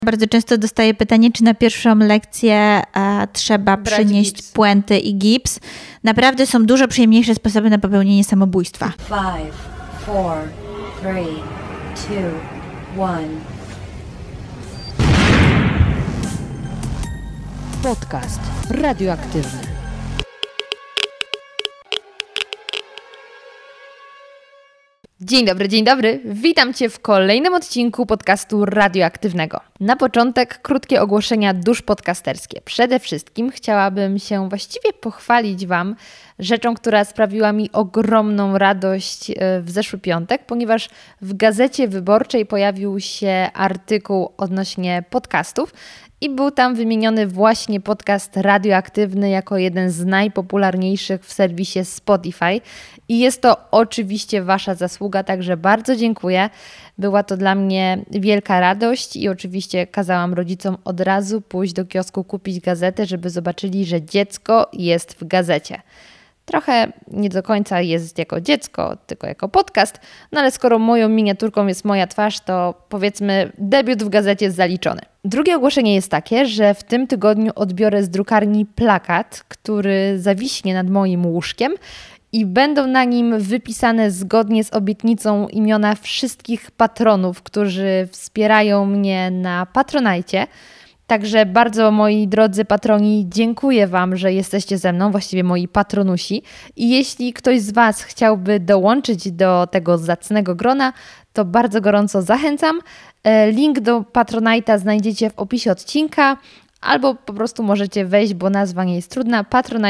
Bardzo często dostaję pytanie, czy na pierwszą lekcję trzeba przynieść puenty i gips. Naprawdę są dużo przyjemniejsze sposoby na popełnienie samobójstwa. 5, 4, 3, 2, 1. Podcast radioaktywny. Dzień dobry. Witam Cię w kolejnym odcinku podcastu radioaktywnego. Na początek krótkie ogłoszenia dusz podcasterskie. Przede wszystkim chciałabym się właściwie pochwalić Wam rzeczą, która sprawiła mi ogromną radość w zeszły piątek, ponieważ w Gazecie Wyborczej pojawił się artykuł odnośnie podcastów i był tam wymieniony właśnie podcast radioaktywny jako jeden z najpopularniejszych w serwisie Spotify. I jest to oczywiście Wasza zasługa, także bardzo dziękuję. Była to dla mnie wielka radość i oczywiście kazałam rodzicom od razu pójść do kiosku kupić gazetę, żeby zobaczyli, że dziecko jest w gazecie. Trochę nie do końca jest jako dziecko, tylko jako podcast, no ale skoro moją miniaturką jest moja twarz, to powiedzmy debiut w gazecie jest zaliczony. Drugie ogłoszenie jest takie, że w tym tygodniu odbiorę z drukarni plakat, który zawiśnie nad moim łóżkiem i będą na nim wypisane zgodnie z obietnicą imiona wszystkich patronów, którzy wspierają mnie na Patronite. Także bardzo, moi drodzy patroni, dziękuję Wam, że jesteście ze mną, właściwie moi patronusi. I jeśli ktoś z Was chciałby dołączyć do tego zacnego grona, to bardzo gorąco zachęcam. Link do Patronite'a znajdziecie w opisie odcinka, albo po prostu możecie wejść, bo nazwa nie jest trudna,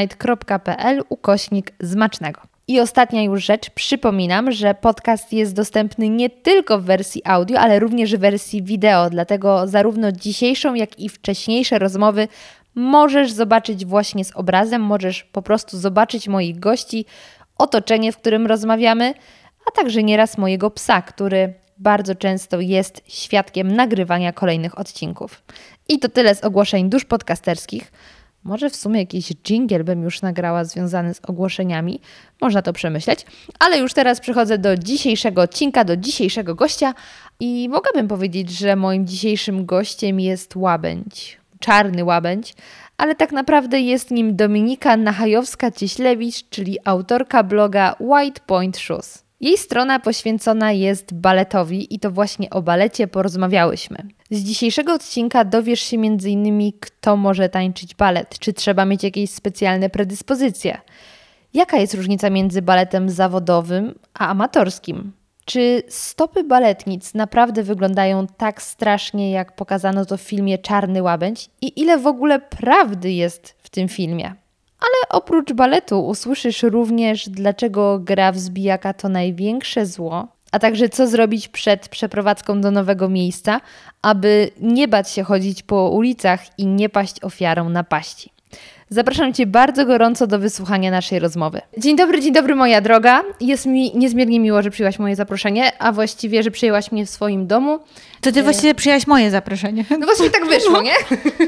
patronite.pl/zmacznego. I ostatnia już rzecz, przypominam, że podcast jest dostępny nie tylko w wersji audio, ale również w wersji wideo, dlatego zarówno dzisiejszą, jak i wcześniejsze rozmowy możesz zobaczyć właśnie z obrazem, możesz po prostu zobaczyć moich gości, otoczenie, w którym rozmawiamy, a także nieraz mojego psa, który bardzo często jest świadkiem nagrywania kolejnych odcinków. I to tyle z ogłoszeń dusz podcasterskich. Może w sumie jakiś dżingiel bym już nagrała związany z ogłoszeniami. Można to przemyśleć. Ale już teraz przechodzę do dzisiejszego odcinka, do dzisiejszego gościa i mogłabym powiedzieć, że moim dzisiejszym gościem jest łabędź. Czarny łabędź, ale tak naprawdę jest nim Dominika Nachajowska-Cieślewicz, czyli autorka bloga White Point Shoes. Jej strona poświęcona jest baletowi i to właśnie o balecie porozmawiałyśmy. Z dzisiejszego odcinka dowiesz się m.in. kto może tańczyć balet, czy trzeba mieć jakieś specjalne predyspozycje. Jaka jest różnica między baletem zawodowym a amatorskim? Czy stopy baletnic naprawdę wyglądają tak strasznie, jak pokazano to w filmie Czarny łabędź? I ile w ogóle prawdy jest w tym filmie? Ale oprócz baletu usłyszysz również, dlaczego gra w zbijaka to największe zło, a także co zrobić przed przeprowadzką do nowego miejsca, aby nie bać się chodzić po ulicach i nie paść ofiarą napaści. Zapraszam Cię bardzo gorąco do wysłuchania naszej rozmowy. Dzień dobry moja droga. Jest mi niezmiernie miło, że przyjęłaś moje zaproszenie, a właściwie, że przyjęłaś mnie w swoim domu. To Ty właściwie przyjęłaś moje zaproszenie. No właściwie tak wyszło, nie?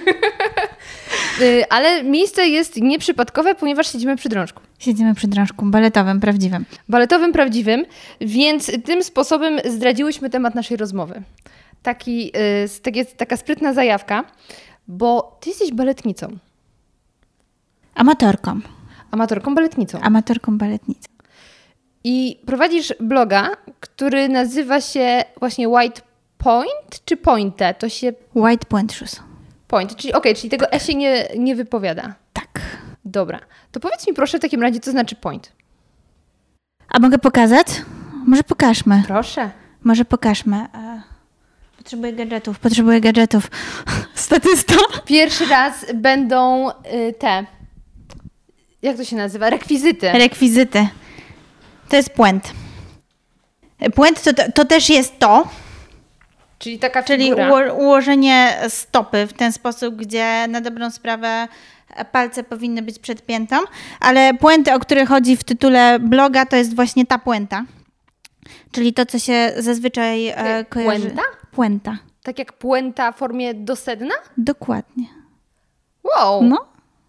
Ale miejsce jest nieprzypadkowe, ponieważ siedzimy przy drążku. Siedzimy przy drążku, baletowym, prawdziwym. Baletowym, prawdziwym, więc tym sposobem zdradziłyśmy temat naszej rozmowy. Taka sprytna zajawka, bo Ty jesteś baletnicą. Amatorką. Amatorką baletnicą. Amatorką baletnicą. I prowadzisz bloga, który nazywa się właśnie White Point czy Pointe? To się... White Point Shoes. Point, czyli czyli tego E się nie wypowiada. Tak. Dobra. To powiedz mi proszę w takim razie, co znaczy point. A mogę pokazać? Może pokażmy. Proszę. Może pokażmy. Potrzebuję gadżetów. Statysta. Pierwszy raz będą te... Jak to się nazywa? Rekwizyty. Rekwizyty. To jest puent. Puent to też jest to. Czyli taka Czyli figura. ułożenie stopy w ten sposób, gdzie na dobrą sprawę palce powinny być przed piętą, ale puenty, o które chodzi w tytule bloga, to jest właśnie ta puenta. Czyli to, co się zazwyczaj kojarzy. Puenta? Puenta. Tak jak puenta w formie do sedna? Dokładnie. Wow. No.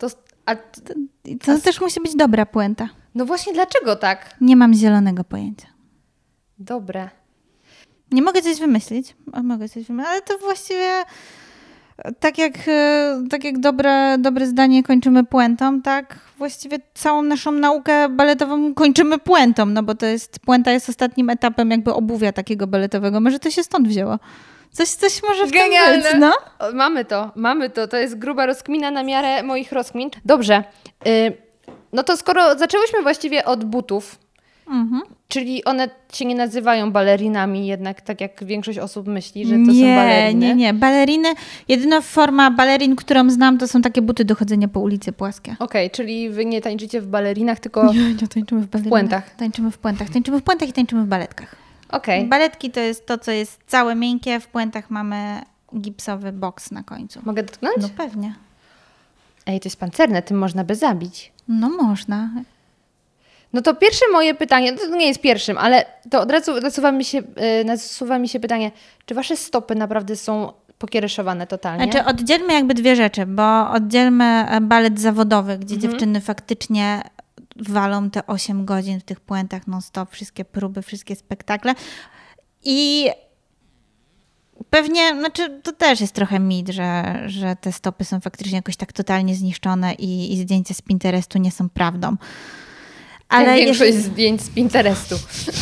To też musi być dobra puenta. No właśnie, dlaczego tak? Nie mam zielonego pojęcia. Dobre. Nie mogę coś wymyślić, ale to właściwie tak jak dobre zdanie kończymy puentą, tak właściwie całą naszą naukę baletową kończymy puentą, no bo puenta jest ostatnim etapem jakby obuwia takiego baletowego. Może to się stąd wzięło. Coś może w tym być, no? Mamy to. To jest gruba rozkmina na miarę moich rozkmin. Dobrze. No to skoro zaczęłyśmy właściwie od butów, czyli one się nie nazywają balerinami jednak, tak jak większość osób myśli, że to są baleriny. Nie. Baleriny, jedyna forma balerin, którą znam, to są takie buty do chodzenia po ulicy płaskie. Okej, czyli wy nie tańczycie w balerinach, tylko nie tańczymy w balerinach. Puentach. Tańczymy w puentach i tańczymy w baletkach. Okej. Baletki to jest to, co jest całe miękkie, w puentach mamy gipsowy boks na końcu. Mogę dotknąć? No pewnie. Ej, to jest pancerne, tym można by zabić. No można. No to pierwsze moje pytanie, to nie jest pierwszym, ale to od razu nasuwa mi się pytanie, czy wasze stopy naprawdę są pokiereszowane totalnie? Znaczy oddzielmy jakby dwie rzeczy, bo oddzielmy balet zawodowy, gdzie dziewczyny faktycznie walą te 8 godzin w tych puentach non-stop, wszystkie próby, wszystkie spektakle i pewnie, to też jest trochę mit, że te stopy są faktycznie jakoś tak totalnie zniszczone i zdjęcia z Pinterestu nie są prawdą. Ale większość zdjęć z Pinterestu.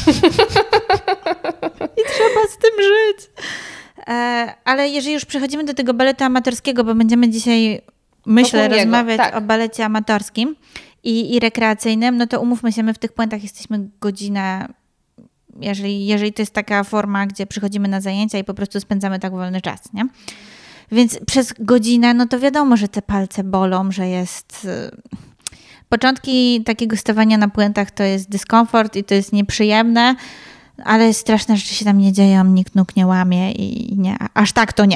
I trzeba z tym żyć. Ale jeżeli już przechodzimy do tego baletu amatorskiego, bo będziemy dzisiaj, myślę, rozmawiać o balecie amatorskim i rekreacyjnym, no to umówmy się, my w tych puentach jesteśmy godzinę, jeżeli to jest taka forma, gdzie przychodzimy na zajęcia i po prostu spędzamy tak wolny czas, nie? Więc przez godzinę, no to wiadomo, że te palce bolą, że jest... Początki takiego stawania na puentach to jest dyskomfort i to jest nieprzyjemne, ale straszne rzeczy się tam nie dzieją, nikt nóg nie łamie i nie, aż tak to nie.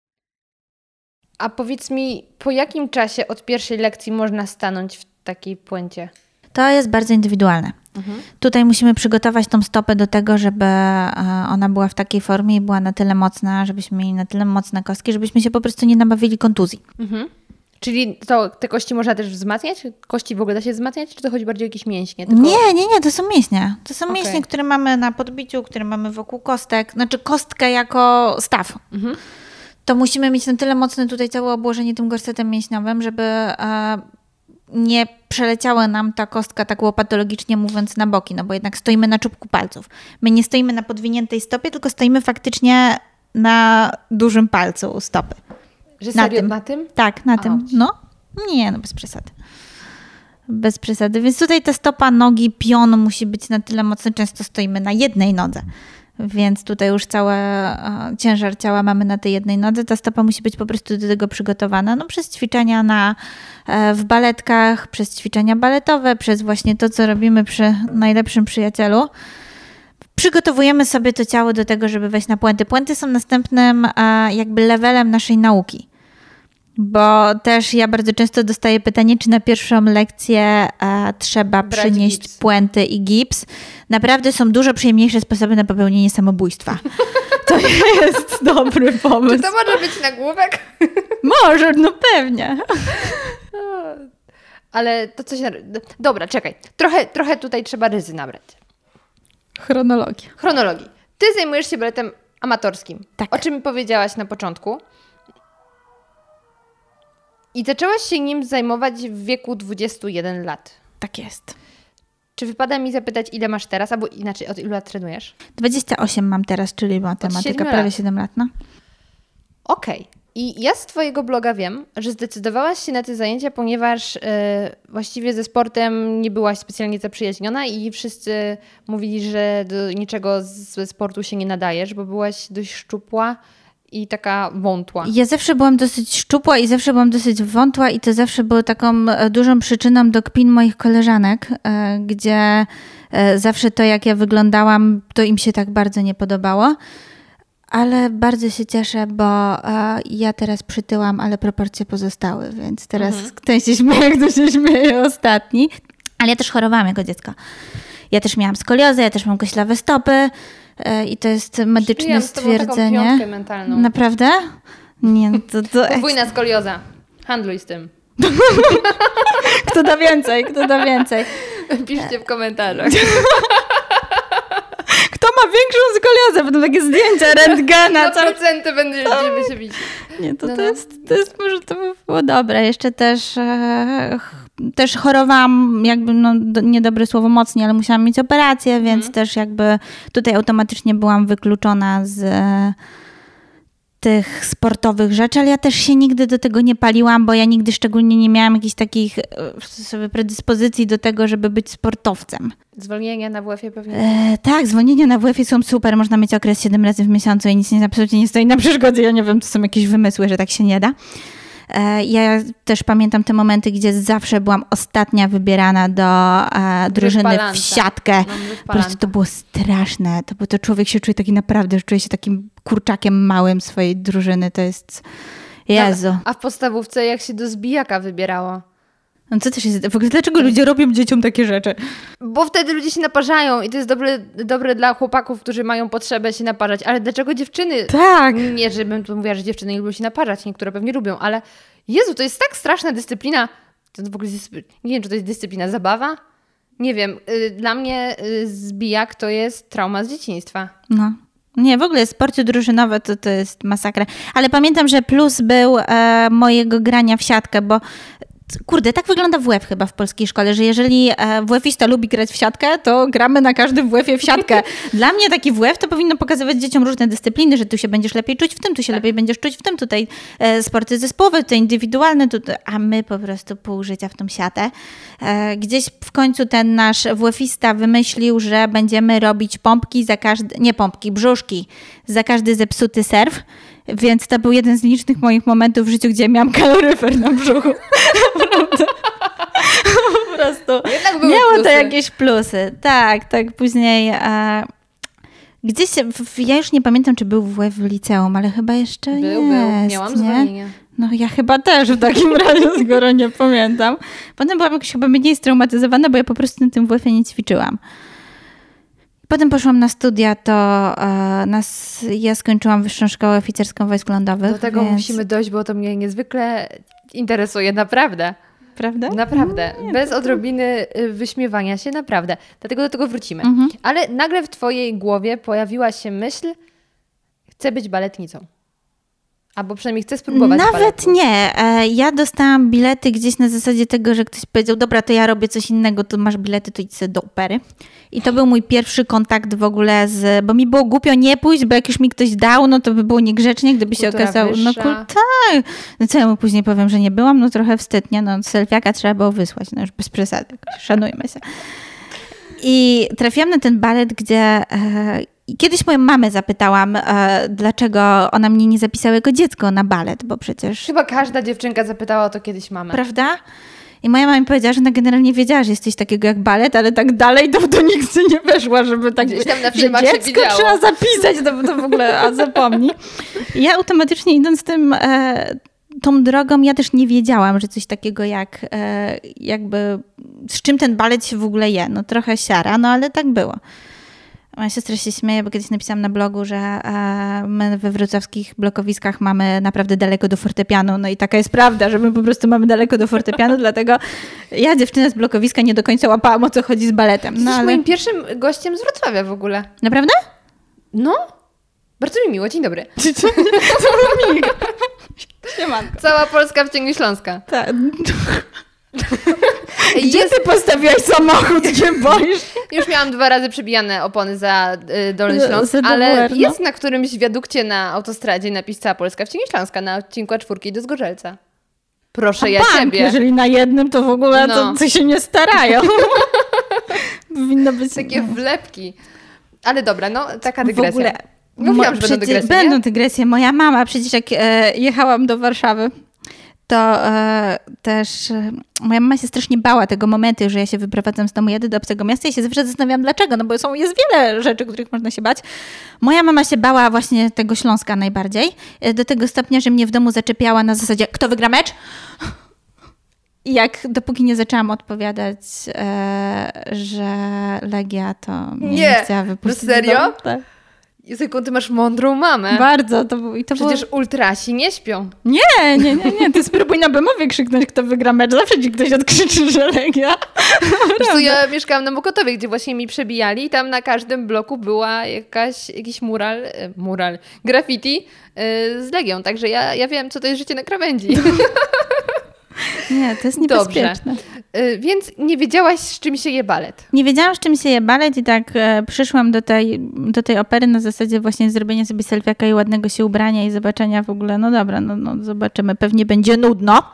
A powiedz mi, po jakim czasie od pierwszej lekcji można stanąć w takiej puencie? To jest bardzo indywidualne. Tutaj musimy przygotować tą stopę do tego, żeby ona była w takiej formie i była na tyle mocna, żebyśmy mieli na tyle mocne kostki, żebyśmy się po prostu nie nabawili kontuzji. Czyli te kości można też wzmacniać? Kości w ogóle da się wzmacniać? Czy to chodzi bardziej o jakieś mięśnie? Tylko... Nie, to są mięśnie. To są mięśnie, które mamy na podbiciu, które mamy wokół kostek. Znaczy kostkę jako staw. To musimy mieć na tyle mocne tutaj całe obłożenie tym gorsetem mięśniowym, żeby nie przeleciała nam ta kostka tak łopatologicznie mówiąc na boki, no bo jednak stoimy na czubku palców. My nie stoimy na podwiniętej stopie, tylko stoimy faktycznie na dużym palcu stopy. Że serio na tym? Tak, na tym. No, bez przesady. Bez przesady. Więc tutaj ta stopa nogi, pion musi być na tyle mocny. Często stoimy na jednej nodze. Więc tutaj już cały ciężar ciała mamy na tej jednej nodze. Ta stopa musi być po prostu do tego przygotowana. No, przez ćwiczenia w baletkach, przez ćwiczenia baletowe, przez właśnie to, co robimy przy najlepszym przyjacielu. Przygotowujemy sobie to ciało do tego, żeby wejść na puenty. Puenty są następnym jakby levelem naszej nauki. Bo też ja bardzo często dostaję pytanie, czy na pierwszą lekcję trzeba przynieść puenty i gips. Naprawdę są dużo przyjemniejsze sposoby na popełnienie samobójstwa. To jest dobry pomysł. Czy to może być nagłówek? Może, no pewnie. Ale to coś... Dobra, czekaj. Trochę tutaj trzeba ryzy nabrać. Chronologii. Ty zajmujesz się baletem amatorskim. Tak. O czym powiedziałaś na początku. I zaczęłaś się nim zajmować w wieku 21 lat. Tak jest. Czy wypada mi zapytać, ile masz teraz, albo inaczej, od ilu lat trenujesz? 28 mam teraz, czyli matematyka, prawie 7 lat, no. Okej. I ja z twojego bloga wiem, że zdecydowałaś się na te zajęcia, ponieważ właściwie ze sportem nie byłaś specjalnie zaprzyjaźniona i wszyscy mówili, że do niczego ze sportu się nie nadajesz, bo byłaś dość szczupła i taka wątła. Ja zawsze byłam dosyć szczupła i zawsze byłam dosyć wątła i to zawsze było taką dużą przyczyną do kpin moich koleżanek, gdzie zawsze to, jak ja wyglądałam, to im się tak bardzo nie podobało. Ale bardzo się cieszę, bo ja teraz przytyłam, ale proporcje pozostały, więc teraz ten się śmieje, kto się śmieje ostatni. Ale ja też chorowałam jako dziecko. Ja też miałam skoliozę, ja też mam koślawe stopy i to jest medyczne stwierdzenie. Taką piątkę mentalną. Naprawdę? Nie, to podwójna skolioza. Handluj z tym. Kto da więcej? Piszcie w komentarzach. Kto ma większą skoliozę, będą takie zdjęcia rentgena. Na procenty będziemy się bić. Nie, to jest może to by było dobre. Jeszcze też chorowałam, jakby, niedobre słowo mocniej, ale musiałam mieć operację, więc też jakby tutaj automatycznie byłam wykluczona z tych sportowych rzeczy, ale ja też się nigdy do tego nie paliłam, bo ja nigdy szczególnie nie miałam jakichś takich sobie predyspozycji do tego, żeby być sportowcem. Zwolnienia na WF-ie pewnie? Tak, zwolnienia na WF-ie są super, można mieć okres 7 razy w miesiącu i nic absolutnie nie stoi na przeszkodzie. Ja nie wiem, to są jakieś wymysły, że tak się nie da. Ja też pamiętam te momenty, gdzie zawsze byłam ostatnia wybierana do drużyny w siatkę. Po prostu to było straszne. To człowiek się czuje taki naprawdę, że czuje się takim kurczakiem małym swojej drużyny. To jest... Jezu. A w podstawówce jak się do zbijaka wybierało? No co też jest... W ogóle dlaczego ludzie robią dzieciom takie rzeczy? Bo wtedy ludzie się naparzają i to jest dobre dla chłopaków, którzy mają potrzebę się naparzać. Ale dlaczego dziewczyny? Tak. Nie, żebym tu mówiła, że dziewczyny nie lubią się naparzać. Niektóre pewnie lubią, ale Jezu, to jest tak straszna dyscyplina. To w ogóle nie wiem, czy to jest dyscyplina, zabawa? Nie wiem. Dla mnie zbijak to jest trauma z dzieciństwa. No. Nie, w ogóle sporty drużynowe to jest masakra. Ale pamiętam, że plus był mojego grania w siatkę, bo kurde, tak wygląda WF chyba w polskiej szkole, że jeżeli WF-ista lubi grać w siatkę, to gramy na każdym WF-ie w siatkę. Dla mnie taki WF to powinno pokazywać dzieciom różne dyscypliny, że tu się będziesz lepiej czuć w tym, tu się lepiej będziesz czuć w tym, tutaj sporty zespołowe, tutaj indywidualne, a my po prostu pół życia w tą siatę. Gdzieś w końcu ten nasz WF-ista wymyślił, że będziemy robić pompki za każdy, nie pompki, brzuszki za każdy zepsuty serw. Więc to był jeden z licznych moich momentów w życiu, gdzie miałam kaloryfer na brzuchu. Naprawdę. Po prostu miało plusy. To jakieś plusy. Tak. Później gdzieś, ja już nie pamiętam, czy był WF w liceum, ale chyba jeszcze był. Miałam zwolnienie. No ja chyba też w takim razie, skoro nie pamiętam. Potem byłam jakoś chyba mniej straumatyzowana, bo ja po prostu na tym WF-ie nie ćwiczyłam. Potem poszłam na studia, ja skończyłam Wyższą Szkołę Oficerską Wojsk Lądowych. Do tego musimy dojść, bo to mnie niezwykle interesuje, naprawdę. Prawda? Naprawdę. Bez odrobiny wyśmiewania się, naprawdę. Dlatego do tego wrócimy. Ale nagle w twojej głowie pojawiła się myśl, chcę być baletnicą. Albo przynajmniej chcę spróbować Nawet baletu. nie. Ja dostałam bilety gdzieś na zasadzie tego, że ktoś powiedział, dobra, to ja robię coś innego, to masz bilety, to idź sobie do opery. I to był mój pierwszy kontakt w ogóle bo mi było głupio nie pójść, bo jak już mi ktoś dał, no to by było niegrzecznie, gdyby Kultura się okazało. wyższa. Tak. No co ja mu później powiem, że nie byłam? No trochę wstyd, nie? No selfiaka trzeba było wysłać, no już bez przesady. Szanujmy się. I trafiłam na ten balet, gdzie... Kiedyś moją mamę zapytałam, dlaczego ona mnie nie zapisała jako dziecko na balet, bo przecież... Chyba każda dziewczynka zapytała o to kiedyś mamę. Prawda? I moja mama mi powiedziała, że ona generalnie wiedziała, że jest coś takiego jak balet, ale tak dalej to nigdy nie weszła, żeby tak... Gdzieś tam na że filmach się dziecko widziało. trzeba zapisać, to w ogóle, a zapomnij. I ja automatycznie idąc tą drogą, ja też nie wiedziałam, że coś takiego jakby z czym ten balet się w ogóle je. No trochę siara, no ale tak było. Moja siostra się śmieje, bo kiedyś napisałam na blogu, że my we wrocławskich blokowiskach mamy naprawdę daleko do fortepianu. No i taka jest prawda, że my po prostu mamy daleko do fortepianu, dlatego ja, dziewczyna z blokowiska, nie do końca łapałam, o co chodzi z baletem. Jesteś moim pierwszym gościem z Wrocławia w ogóle. Naprawdę? No. Bardzo mi miło. Dzień dobry. Siemanko. Cała Polska w cieniu Śląska. Tak. Gdzie ty postawiłaś samochód, nie boisz? Już miałam 2 razy przybijane opony za Dolny Śląsk, ale jest na którymś wiadukcie na autostradzie napis Cała Polska w cieniu Śląska na odcinku A4 do Zgorzelca. Proszę ciebie. Jeżeli na jednym, to w ogóle to się nie starają. Powinno być... Takie wlepki. Ale dobra, no taka dygresja. W ogóle... Mówiłam, że będą dygresje, Będą dygresje. Moja mama, przecież jak jechałam do Warszawy, to też moja mama się strasznie bała tego momentu, że ja się wyprowadzam z domu, jadę do obcego miasta i się zawsze zastanawiam dlaczego, no bo jest wiele rzeczy, których można się bać. Moja mama się bała właśnie tego Śląska najbardziej, do tego stopnia, że mnie w domu zaczepiała na zasadzie, kto wygra mecz? I dopóki nie zaczęłam odpowiadać, że Legia to mnie nie chciała wypuścić. Serio? Tak. Jaką ty masz mądrą mamę. Bardzo. Przecież ultrasi nie śpią. Nie. Ty spróbuj na Bemowie krzyknąć, kto wygra mecz. Zawsze ci ktoś odkrzyczy, że Legia. Wiesz, ja mieszkałam na Mokotowie, gdzie właśnie mi przebijali i tam na każdym bloku była jakiś mural, graffiti z Legią. Także ja wiem, co to jest życie na krawędzi. Nie, to jest niebezpieczne. Dobrze. Więc nie wiedziałaś, z czym się je balet. Nie wiedziałam, z czym się je balet i tak przyszłam do tej opery na zasadzie właśnie zrobienia sobie selfiaka i ładnego się ubrania i zobaczenia w ogóle, no dobra, no zobaczymy, pewnie będzie nudno.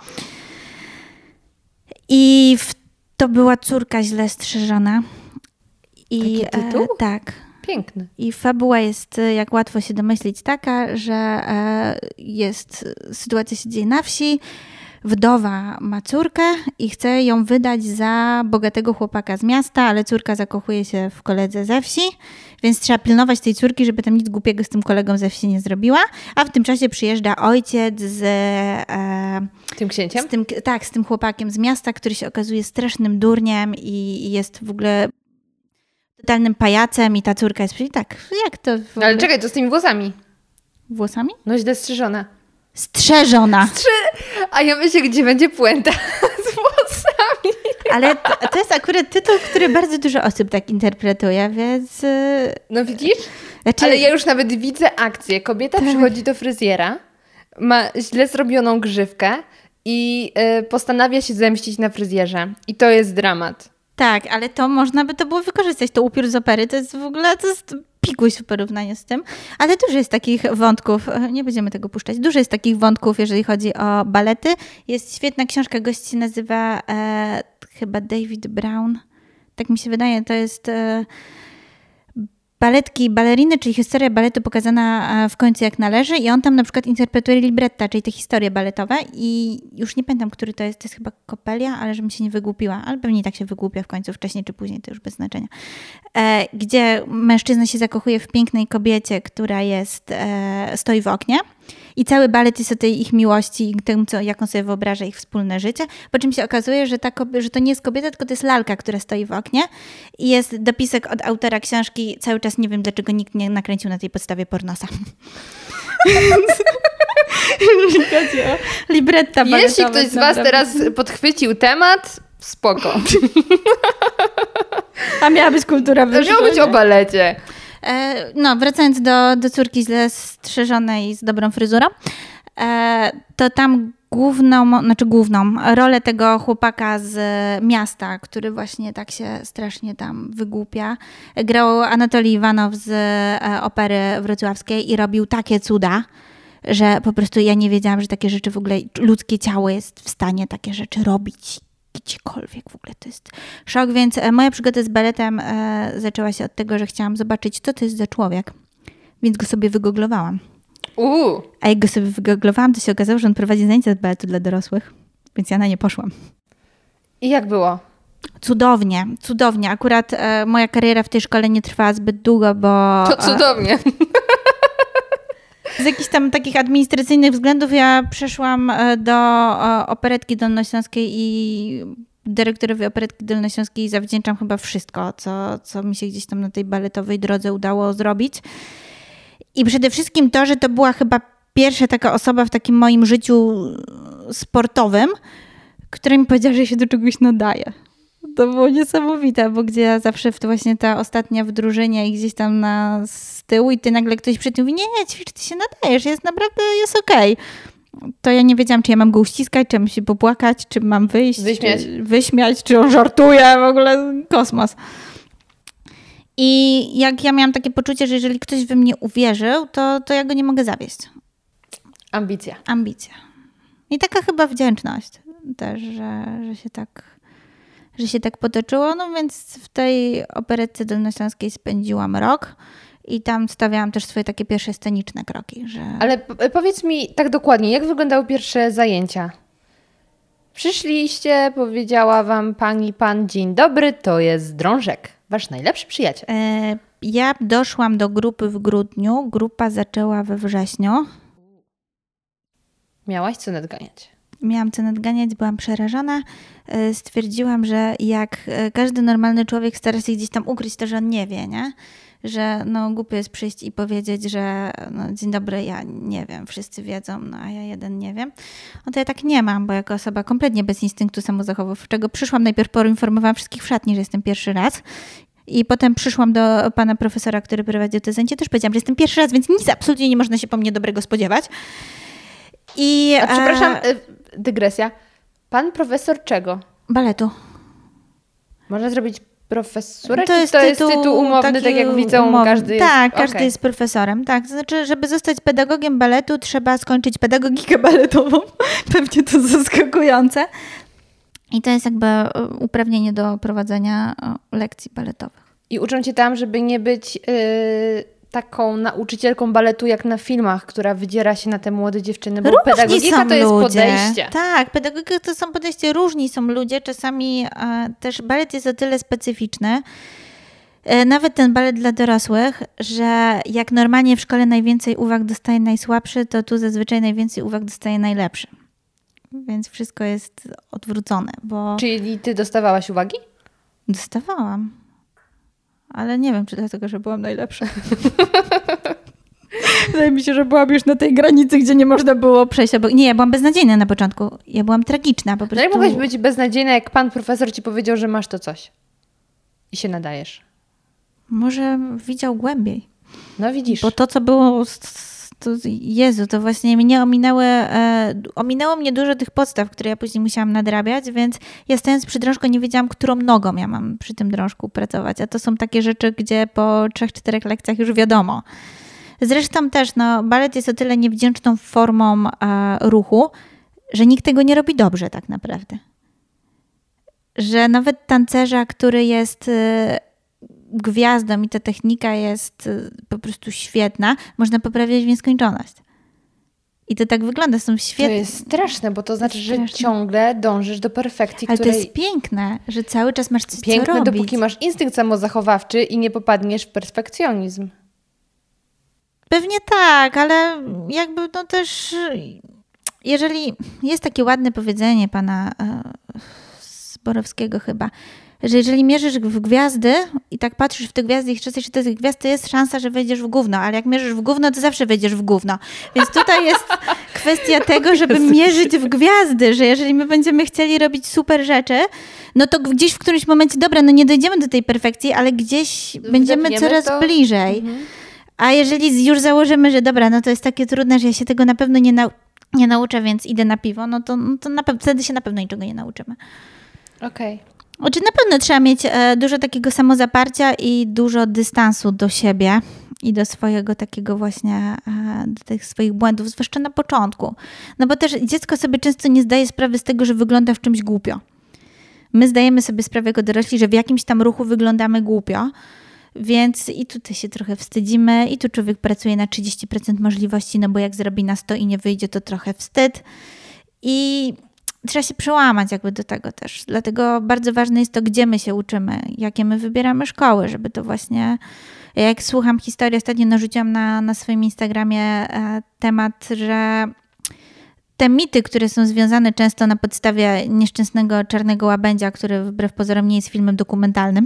I to była córka źle strzeżona. Taki tytuł? Tak. Piękny. I fabuła jest, jak łatwo się domyślić, taka, że sytuacja się dzieje na wsi. Wdowa ma córkę i chce ją wydać za bogatego chłopaka z miasta, ale córka zakochuje się w koledze ze wsi, więc trzeba pilnować tej córki, żeby tam nic głupiego z tym kolegą ze wsi nie zrobiła, a w tym czasie przyjeżdża ojciec z tym księciem? Z tym chłopakiem z miasta, który się okazuje strasznym durniem i jest w ogóle totalnym pajacem i ta córka jest tak, jak to w ogóle? Ale czekaj, to z tymi włosami. Włosami? No źle strzyżona. Strzeżona. A ja myślę, gdzie będzie puenta z włosami. Ale to jest akurat tytuł, który bardzo dużo osób tak interpretuje, więc... No widzisz? Ale ja już nawet widzę akcję. Kobieta przychodzi do fryzjera, ma źle zrobioną grzywkę i postanawia się zemścić na fryzjerze. I to jest dramat. Tak, ale to można by to było wykorzystać. To upiór z opery to jest w ogóle... To jest pikuś w porównaniu z tym. Ale dużo jest takich wątków, nie będziemy tego puszczać, dużo jest takich wątków, jeżeli chodzi o balety. Jest świetna książka, gość się nazywa chyba David Brown. Tak mi się wydaje, to jest baletki i baleriny, czyli historia baletu pokazana w końcu jak należy i on tam na przykład interpretuje libretta, czyli te historie baletowe i już nie pamiętam, który to jest chyba Coppelia, ale żebym się nie wygłupiła, ale pewnie tak się wygłupia w końcu, wcześniej czy później, to już bez znaczenia. Gdzie mężczyzna się zakochuje w pięknej kobiecie, która stoi w oknie i cały balet jest o tej ich miłości i tym, jaką sobie wyobraża ich wspólne życie, po czym się okazuje, że to nie jest kobieta, tylko to jest lalka, która stoi w oknie i jest dopisek od autora książki, cały czas nie wiem, dlaczego nikt nie nakręcił na tej podstawie pornosa. Libretta baletowe. Jeśli ktoś z was teraz podchwycił temat, spoko. A miała być kultura wyższa. Miało być o balecie. No, wracając do córki źle strzeżonej z dobrą fryzurą, to tam główną rolę tego chłopaka z miasta, który właśnie tak się strasznie tam wygłupia, grał Anatolij Iwanow z Opery Wrocławskiej i robił takie cuda, że po prostu ja nie wiedziałam, że takie rzeczy w ogóle, ludzkie ciało jest w stanie takie rzeczy robić. Gdziekolwiek w ogóle to jest szok, więc moja przygoda z baletem zaczęła się od tego, że chciałam zobaczyć, co to jest za człowiek, więc go sobie wygooglowałam. A jak go sobie wygooglowałam, to się okazało, że on prowadzi zajęcia z baletu dla dorosłych, więc ja na nie poszłam. I jak było? Cudownie. Akurat moja kariera w tej szkole nie trwała zbyt długo, bo... To cudownie. Z jakichś tam takich administracyjnych względów ja przeszłam do Operetki Dolnośląskiej i dyrektorowi Operetki Dolnośląskiej zawdzięczam chyba wszystko, co mi się gdzieś tam na tej baletowej drodze udało zrobić. I przede wszystkim to, że to była chyba pierwsza taka osoba w takim moim życiu sportowym, która mi powiedziała, że się do czegoś nadaje. To było niesamowite, bo gdzie ja zawsze właśnie ta ostatnia w drużynie i gdzieś tam z tyłu i ty nagle ktoś przy tym mówi, nie, ćwicz, ty się nadajesz, jest okej. To ja nie wiedziałam, czy ja mam go uściskać, czy mam się popłakać, czy mam wyśmiać, czy on żartuje, w ogóle kosmos. I jak ja miałam takie poczucie, że jeżeli ktoś we mnie uwierzył, to ja go nie mogę zawieść. Ambicja. I taka chyba wdzięczność też, że się tak potoczyło. No więc w tej Operetce Dolnośląskiej spędziłam rok i tam stawiałam też swoje takie pierwsze sceniczne kroki. Ale powiedz mi tak dokładnie, jak wyglądały pierwsze zajęcia? Przyszliście, powiedziała wam pan dzień dobry, to jest Drążek, wasz najlepszy przyjaciel. Ja doszłam do grupy w grudniu, grupa zaczęła we wrześniu. Miałaś co nadganiać. Miałam co nadganiać, byłam przerażona. Stwierdziłam, że jak każdy normalny człowiek stara się gdzieś tam ukryć to, że on nie wie, nie? że no głupio jest przyjść i powiedzieć, że no, dzień dobry, ja nie wiem, wszyscy wiedzą, no a ja jeden nie wiem. No to ja tak nie mam, bo jako osoba kompletnie bez instynktu samozachowawczego przyszłam, najpierw poinformowałam wszystkich w szatni, że jestem pierwszy raz. I potem przyszłam do pana profesora, który prowadził te zajęcia, też powiedziałam, że jestem pierwszy raz, więc nic absolutnie nie można się po mnie dobrego spodziewać. A przepraszam, dygresja. Pan profesor czego? Baletu. Można zrobić profesurę, to jest tytuł umowny, tak jak w liceum każdy jest? Tak, każdy jest profesorem. Tak, to znaczy, żeby zostać pedagogiem baletu, trzeba skończyć pedagogikę baletową. Pewnie to zaskakujące. I to jest jakby uprawnienie do prowadzenia lekcji baletowych. I uczą cię tam, żeby nie być taką nauczycielką baletu jak na filmach, która wydziera się na te młode dziewczyny, bo Różni pedagogika to jest podejście. Tak, pedagogika to są podejście, różni są ludzie, czasami też balet jest o tyle specyficzny, nawet ten balet dla dorosłych, że jak normalnie w szkole najwięcej uwag dostaje najsłabszy, to tu zazwyczaj najwięcej uwag dostaje najlepszy. Więc wszystko jest odwrócone, bo... Czyli ty dostawałaś uwagi? Dostawałam. Ale nie wiem, czy dlatego, że byłam najlepsza. Wydaje mi się, że byłam już na tej granicy, gdzie nie można było przejść obok. Nie, ja byłam beznadziejna na początku. Ja byłam tragiczna po prostu. No jak mogłaś być beznadziejna, jak pan profesor ci powiedział, że masz to coś? I się nadajesz. Może widział głębiej. No widzisz. Bo to, co było... To, Jezu, to właśnie mnie ominęło mnie dużo tych podstaw, które ja później musiałam nadrabiać, więc ja stając przy drążku nie wiedziałam, którą nogą ja mam przy tym drążku pracować, a to są takie rzeczy, gdzie po 3-4 lekcjach już wiadomo. Zresztą też balet jest o tyle niewdzięczną formą ruchu, że nikt tego nie robi dobrze tak naprawdę. Że nawet tancerza, który jest gwiazdą i ta technika jest po prostu świetna, można poprawiać w nieskończoność. I to tak wygląda, są świetne. To jest straszne, bo to znaczy, że ciągle dążysz do perfekcji, ale której... to jest piękne, że cały czas masz coś piękne, co robić. Dopóki masz instynkt samozachowawczy i nie popadniesz w perfekcjonizm. Pewnie tak, ale jakby też jeżeli jest takie ładne powiedzenie pana Zborowskiego chyba, że jeżeli mierzysz w gwiazdy i tak patrzysz w te gwiazdy i chcesz, że to jest gwiazd, to jest szansa, że wejdziesz w gówno, ale jak mierzysz w gówno, to zawsze wejdziesz w gówno. Więc tutaj jest kwestia tego, żeby mierzyć w gwiazdy, że jeżeli my będziemy chcieli robić super rzeczy, no to gdzieś w którymś momencie, dobra, no nie dojdziemy do tej perfekcji, ale gdzieś będziemy coraz bliżej. A jeżeli już założymy, że dobra, no to jest takie trudne, że ja się tego na pewno nie nauczę, więc idę na piwo, no to wtedy się na pewno niczego nie nauczymy. Okej. Znaczy na pewno trzeba mieć dużo takiego samozaparcia i dużo dystansu do siebie i do swojego takiego właśnie, do tych swoich błędów, zwłaszcza na początku. No bo też dziecko sobie często nie zdaje sprawy z tego, że wygląda w czymś głupio. My zdajemy sobie sprawę jako dorośli, że w jakimś tam ruchu wyglądamy głupio, więc i tutaj się trochę wstydzimy i tu człowiek pracuje na 30% możliwości, no bo jak zrobi na 100 i nie wyjdzie, to trochę wstyd. I trzeba się przełamać jakby do tego też. Dlatego bardzo ważne jest to, gdzie my się uczymy, jakie my wybieramy szkoły, żeby to właśnie... Jak słucham historii, ostatnio narzuciłam na swoim Instagramie temat, że te mity, które są związane często na podstawie nieszczęsnego Czarnego Łabędzia, który wbrew pozorom nie jest filmem dokumentalnym,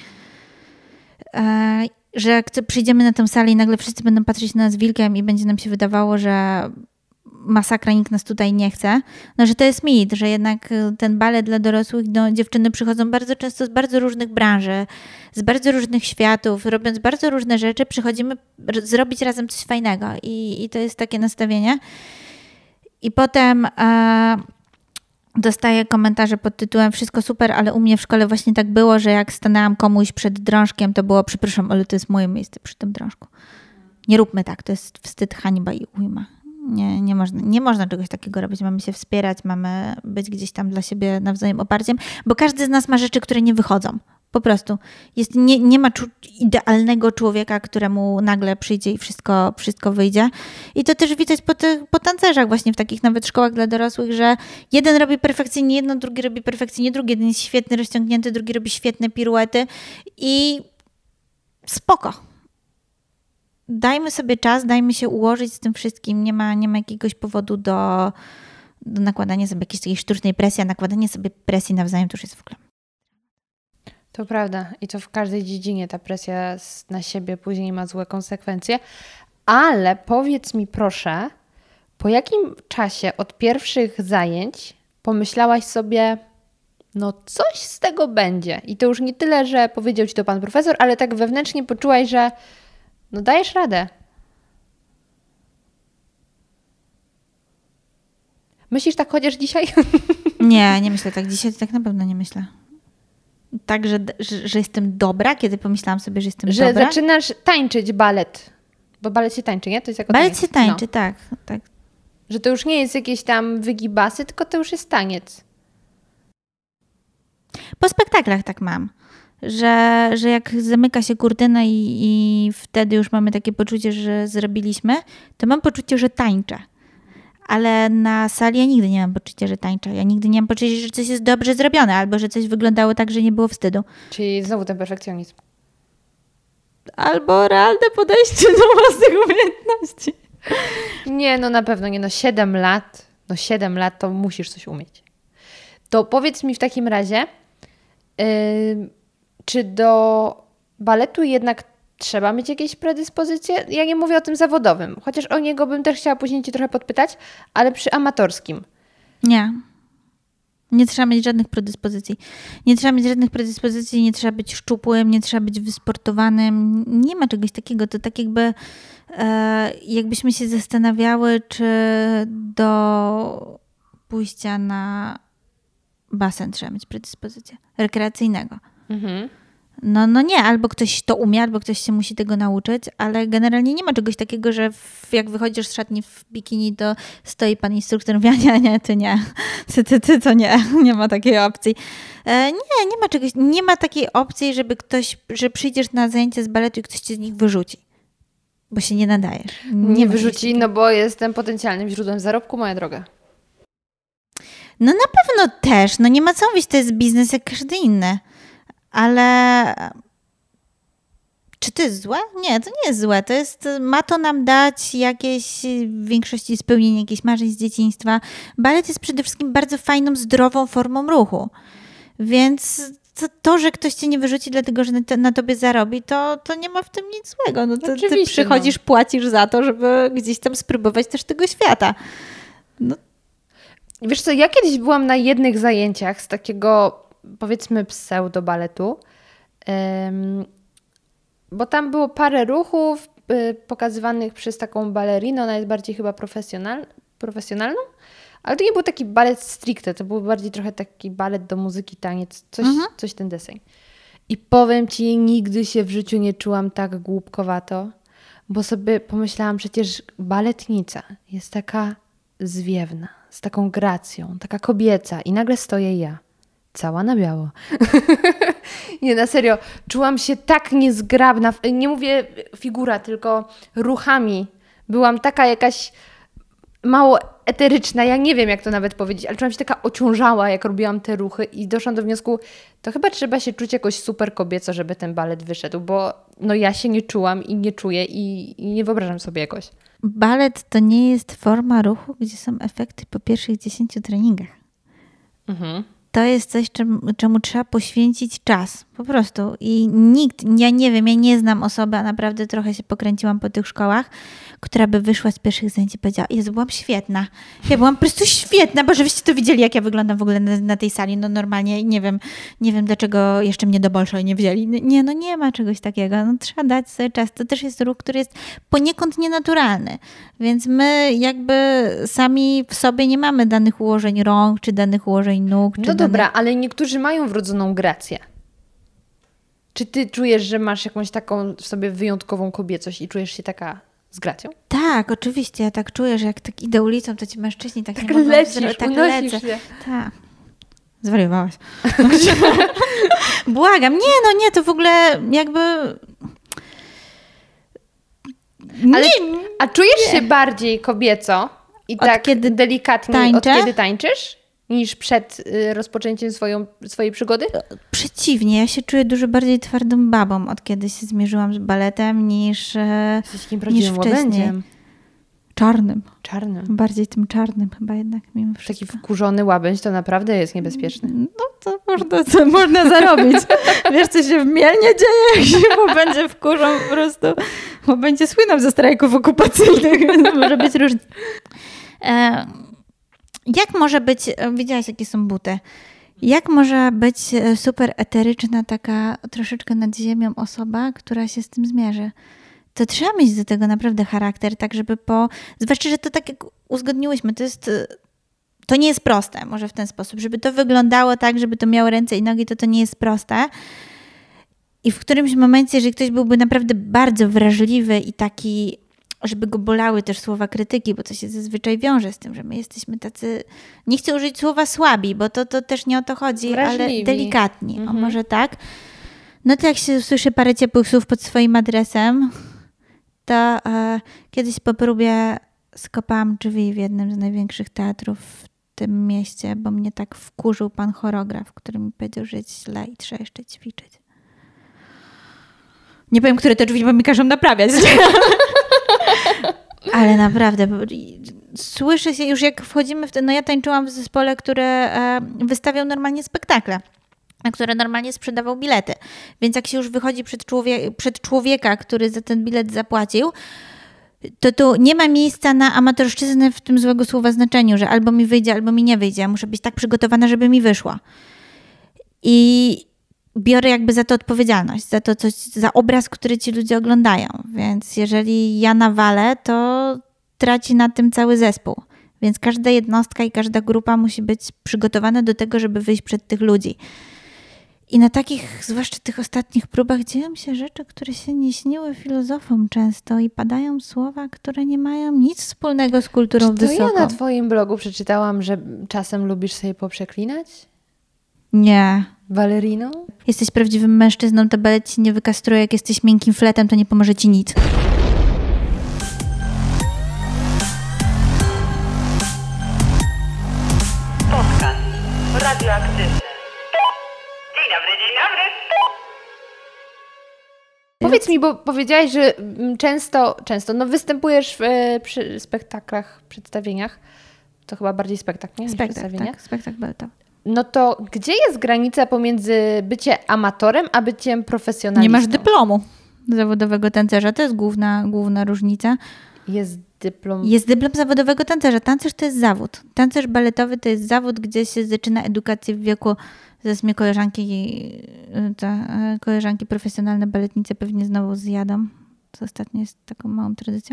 że jak przyjdziemy na tę salę i nagle wszyscy będą patrzeć na nas wilkiem i będzie nam się wydawało, że masakra, nikt nas tutaj nie chce, no że to jest mit, że jednak ten balet dla dorosłych, no, dziewczyny przychodzą bardzo często z bardzo różnych branży, z bardzo różnych światów, robiąc bardzo różne rzeczy, przychodzimy zrobić razem coś fajnego i to jest takie nastawienie. I potem dostaję komentarze pod tytułem wszystko super, ale u mnie w szkole właśnie tak było, że jak stanęłam komuś przed drążkiem, to było przepraszam, ale to jest moje miejsce przy tym drążku. Nie róbmy tak, to jest wstyd, hańba i ujma. Nie można czegoś takiego robić. Mamy się wspierać, mamy być gdzieś tam dla siebie nawzajem oparciem, bo każdy z nas ma rzeczy, które nie wychodzą. Po prostu. Nie ma idealnego człowieka, któremu nagle przyjdzie i wszystko wyjdzie. I to też widać po tancerzach właśnie w takich nawet szkołach dla dorosłych, że jeden robi perfekcyjnie jedno, drugi robi perfekcyjnie drugi. Jeden jest świetny, rozciągnięty, drugi robi świetne piruety i spoko. Dajmy sobie czas, dajmy się ułożyć z tym wszystkim. Nie ma jakiegoś powodu do nakładania sobie jakiejś takiej sztucznej presji, a nakładanie sobie presji nawzajem to już jest w ogóle. To prawda. I to w każdej dziedzinie ta presja na siebie później ma złe konsekwencje. Ale powiedz mi proszę, po jakim czasie od pierwszych zajęć pomyślałaś sobie, no coś z tego będzie. I to już nie tyle, że powiedział ci to pan profesor, ale tak wewnętrznie poczułaś, że no dajesz radę. Myślisz tak chociaż dzisiaj? Nie myślę tak. Dzisiaj to tak na pewno nie myślę. Tak, że jestem dobra, kiedy pomyślałam sobie, że jestem dobra. Że zaczynasz tańczyć balet. Bo balet się tańczy, nie? To jest jako balet taniec. się tańczy, tak. Że to już nie jest jakieś tam wygibasy, tylko to już jest taniec. Po spektaklach tak mam, że jak zamyka się kurtyna i wtedy już mamy takie poczucie, że zrobiliśmy, to mam poczucie, że tańczę. Ale na sali ja nigdy nie mam poczucia, że tańczę. Ja nigdy nie mam poczucia, że coś jest dobrze zrobione albo że coś wyglądało tak, że nie było wstydu. Czyli znowu ten perfekcjonizm. Albo realne podejście do własnych umiejętności. Nie, no na pewno nie. 7 lat. 7 lat to musisz coś umieć. To powiedz mi w takim razie, czy do baletu jednak trzeba mieć jakieś predyspozycje? Ja nie mówię o tym zawodowym, chociaż o niego bym też chciała później Cię trochę podpytać, ale przy amatorskim. Nie trzeba mieć żadnych predyspozycji. Nie trzeba być szczupłym, nie trzeba być wysportowanym. Nie ma czegoś takiego. To tak jakbyśmy się zastanawiały, czy do pójścia na basen trzeba mieć predyspozycję rekreacyjnego. Mhm. No nie, albo ktoś to umie, albo ktoś się musi tego nauczyć, ale generalnie nie ma czegoś takiego, że jak wychodzisz z szatni w bikini, to stoi pan instruktor i mówi, nie, ty nie. Ty to nie ma takiej opcji. Nie ma czegoś, nie ma takiej opcji, że przyjdziesz na zajęcie z baletu i ktoś cię z nich wyrzuci. Bo się nie nadajesz. Nie wyrzuci, no bo jestem potencjalnym źródłem zarobku, moja droga. No na pewno też. No nie ma co mówić, to jest biznes jak każdy inny. Ale czy to jest złe? Nie, to nie jest złe. Ma to nam dać jakieś w większości spełnienie jakichś marzeń z dzieciństwa. Balet jest przede wszystkim bardzo fajną, zdrową formą ruchu. Więc to, że ktoś cię nie wyrzuci dlatego, że na tobie zarobi, to nie ma w tym nic złego. No to ty przychodzisz, płacisz za to, żeby gdzieś tam spróbować też tego świata. No. Wiesz co, ja kiedyś byłam na jednych zajęciach z takiego, powiedzmy, pseudo-baletu, bo tam było parę ruchów pokazywanych przez taką balerinę, ona jest bardziej chyba profesjonalną, ale to nie był taki balet stricte, to był bardziej trochę taki balet do muzyki, taniec, coś ten deseń. I powiem Ci, nigdy się w życiu nie czułam tak głupkowato, bo sobie pomyślałam, przecież baletnica jest taka zwiewna, z taką gracją, taka kobieca i nagle stoję ja. Cała na biało. Nie, na serio. Czułam się tak niezgrabna. Nie mówię figura, tylko ruchami. Byłam taka jakaś mało eteryczna. Ja nie wiem, jak to nawet powiedzieć, ale czułam się taka ociążała, jak robiłam te ruchy i doszłam do wniosku, to chyba trzeba się czuć jakoś super kobieco, żeby ten balet wyszedł, bo no ja się nie czułam i nie czuję i nie wyobrażam sobie jakoś. Balet to nie jest forma ruchu, gdzie są efekty po pierwszych 10 treningach. Mhm. To jest coś, czemu trzeba poświęcić czas. Po prostu. I ja nie wiem, ja nie znam osoby, a naprawdę trochę się pokręciłam po tych szkołach, która by wyszła z pierwszych zajęć i powiedziała, Jezu, byłam świetna. Ja byłam po prostu świetna, bo żebyście to widzieli, jak ja wyglądam w ogóle na tej sali. No normalnie nie wiem, dlaczego jeszcze mnie do Bolszoi nie wzięli. Nie ma czegoś takiego. No, trzeba dać sobie czas. To też jest ruch, który jest poniekąd nienaturalny. Więc my jakby sami w sobie nie mamy danych ułożeń rąk, czy danych ułożeń nóg. No dobra, ale niektórzy mają wrodzoną grację. Czy ty czujesz, że masz jakąś taką w sobie wyjątkową kobiecość i czujesz się taka z gracją? Tak, oczywiście. Ja tak czuję, że jak tak idę ulicą, to ci mężczyźni tak nie mogą lecisz, tak unosisz lecę. się. Tak. Zwariowałaś. Błagam. Nie, to w ogóle jakby... Ale, a czujesz się bardziej kobieco i tak delikatniej od kiedy tańczysz? Niż przed rozpoczęciem swojej przygody? Przeciwnie, ja się czuję dużo bardziej twardą babą, od kiedy się zmierzyłam z baletem, niż Jesteś takim prawdziwym łabędziem. Czarnym. Bardziej tym czarnym chyba jednak mimo wszystko. Taki wkurzony łabędź to naprawdę jest niebezpieczny. No to można zarobić. Wiesz, co się w Mielnie dzieje, jak się będzie wkurzą po prostu, bo będzie słynął ze strajków okupacyjnych. Może być różnie. Jak może być, widziałaś jakie są buty, jak może być super eteryczna, taka troszeczkę nad ziemią osoba, która się z tym zmierzy? To trzeba mieć do tego naprawdę charakter, tak żeby zwłaszcza, że to tak jak uzgodniłyśmy, to nie jest proste, może w ten sposób, żeby to wyglądało tak, żeby to miało ręce i nogi, to nie jest proste. I w którymś momencie, jeżeli ktoś byłby naprawdę bardzo wrażliwy i taki, żeby go bolały też słowa krytyki, bo to się zazwyczaj wiąże z tym, że my jesteśmy tacy, nie chcę użyć słowa słabi, bo to też nie o to chodzi, wrażliwi. Ale delikatni, o może tak. No to jak się usłyszy parę ciepłych słów pod swoim adresem, to kiedyś po próbie skopałam drzwi w jednym z największych teatrów w tym mieście, bo mnie tak wkurzył pan choreograf, który mi powiedział, że jest źle i trzeba jeszcze ćwiczyć. Nie powiem, które te drzwi, bo mi każą naprawiać. Ale naprawdę, słyszy się już jak wchodzimy w ja tańczyłam w zespole, który wystawiał normalnie spektakle, na które normalnie sprzedawał bilety. Więc jak się już wychodzi przed człowieka, który za ten bilet zapłacił, to tu nie ma miejsca na amatorszczyznę w tym złego słowa znaczeniu, że albo mi wyjdzie, albo mi nie wyjdzie. Ja muszę być tak przygotowana, żeby mi wyszło. I biorę jakby za to odpowiedzialność, za obraz, który ci ludzie oglądają. Więc jeżeli ja nawalę, to traci na tym cały zespół. Więc każda jednostka i każda grupa musi być przygotowana do tego, żeby wyjść przed tych ludzi. I na takich, zwłaszcza tych ostatnich próbach, dzieją się rzeczy, które się nie śniły filozofom często i padają słowa, które nie mają nic wspólnego z kulturą wysoką. Ja na twoim blogu przeczytałam, że czasem lubisz sobie poprzeklinać? Nie. Baleriną? Jesteś prawdziwym mężczyzną, to balet ci nie wykastruje. Jak jesteś miękkim fletem, to nie pomoże ci nic. Podcast radioaktywny. Dzień dobry. Powiedz mi, bo powiedziałaś, że często występujesz przy spektaklach, przedstawieniach. To chyba bardziej spektakl, nie? Tak, spektakl baletowy. No to gdzie jest granica pomiędzy byciem amatorem, a byciem profesjonalistą? Nie masz dyplomu zawodowego tancerza. To jest główna różnica. Jest dyplom zawodowego tancerza. Tancerz to jest zawód. Tancerz baletowy to jest zawód, gdzie się zaczyna edukację w wieku. Zaraz mnie koleżanki profesjonalne baletnice pewnie znowu zjadą. To ostatnio jest taką małą tradycją.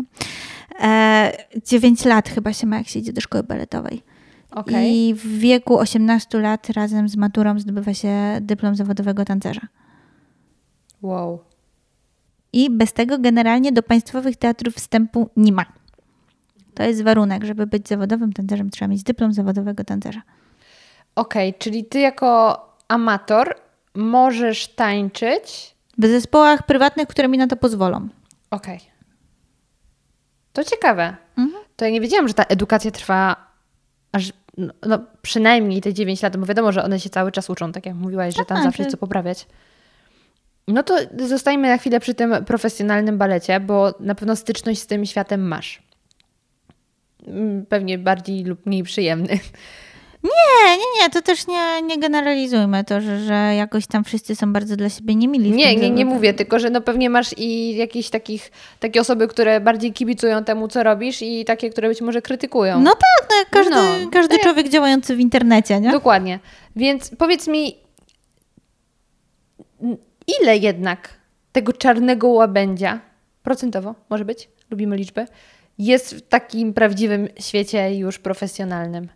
9 lat chyba się ma, jak się idzie do szkoły baletowej. Okay. I w wieku 18 lat razem z maturą zdobywa się dyplom zawodowego tancerza. Wow. I bez tego generalnie do państwowych teatrów wstępu nie ma. To jest warunek, żeby być zawodowym tancerzem, trzeba mieć dyplom zawodowego tancerza. Okej, czyli ty jako amator możesz tańczyć w zespołach prywatnych, które mi na to pozwolą. Okej. To ciekawe. To ja nie wiedziałam, że ta edukacja trwa aż przynajmniej te 9 lat, bo wiadomo, że one się cały czas uczą, tak jak mówiłaś, że tam zawsze jest co poprawiać. No to zostańmy na chwilę przy tym profesjonalnym balecie, bo na pewno styczność z tym światem masz. Pewnie bardziej lub mniej przyjemny. Nie, to też nie generalizujmy to, że jakoś tam wszyscy są bardzo dla siebie niemili. Nie mówię, tylko że pewnie masz i jakieś takie osoby, które bardziej kibicują temu, co robisz i takie, które być może krytykują. No tak, jak każdy człowiek działający w internecie, nie? Dokładnie. Więc powiedz mi, ile jednak tego czarnego łabędzia, procentowo może być, lubimy liczby, jest w takim prawdziwym świecie już profesjonalnym?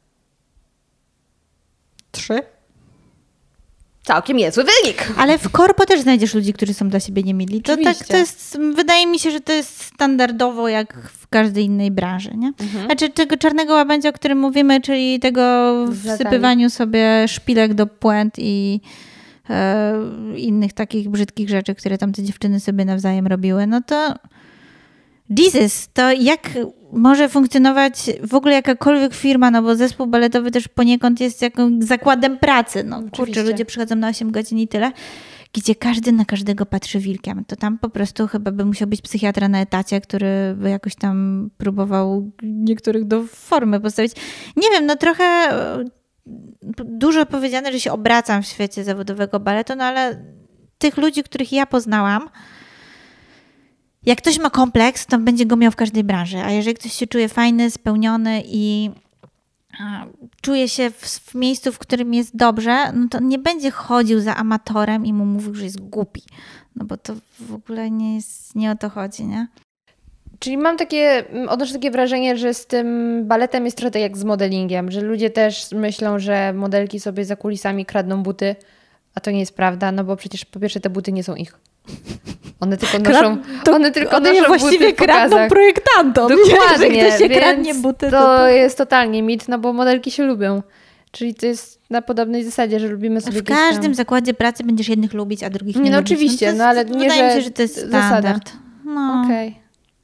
3. Całkiem niezły wynik. Ale w korpo też znajdziesz ludzi, którzy są dla siebie niemili. To jest, wydaje mi się, że to jest standardowo jak w każdej innej branży. Nie? Znaczy tego czarnego łabędzia, o którym mówimy, czyli tego wsypywaniu sobie szpilek do puent i innych takich brzydkich rzeczy, które tam te dziewczyny sobie nawzajem robiły, no to Jesus, to jak może funkcjonować w ogóle jakakolwiek firma, no bo zespół baletowy też poniekąd jest jakimś zakładem pracy. No kurczę, ludzie przychodzą na 8 godzin i tyle. gdzie każdy na każdego patrzy wilkiem. To tam po prostu chyba by musiał być psychiatra na etacie, który by jakoś tam próbował niektórych do formy postawić. Nie wiem, no trochę dużo powiedziane, że się obracam w świecie zawodowego baletu, no ale tych ludzi, których ja poznałam, jak ktoś ma kompleks, to będzie go miał w każdej branży, a jeżeli ktoś się czuje fajny, spełniony i czuje się w miejscu, w którym jest dobrze, no to nie będzie chodził za amatorem i mu mówił, że jest głupi. No bo to w ogóle nie o to chodzi, nie? Czyli odnoszę takie wrażenie, że z tym baletem jest trochę tak jak z modelingiem, że ludzie też myślą, że modelki sobie za kulisami kradną buty, a to nie jest prawda, no bo przecież po pierwsze te buty nie są ich. One tylko noszą one właściwie buty w kradną pokazach. projektantom. Dokładnie, Nie, że ktoś się kradnie buty. To jest totalnie mit, no bo modelki się lubią. Czyli to jest na podobnej zasadzie, że lubimy sobie w każdym zakładzie pracy będziesz jednych lubić, a drugich nie no lubić. oczywiście, no ale nie, wydaje mi się, że to jest standard. No. Okej.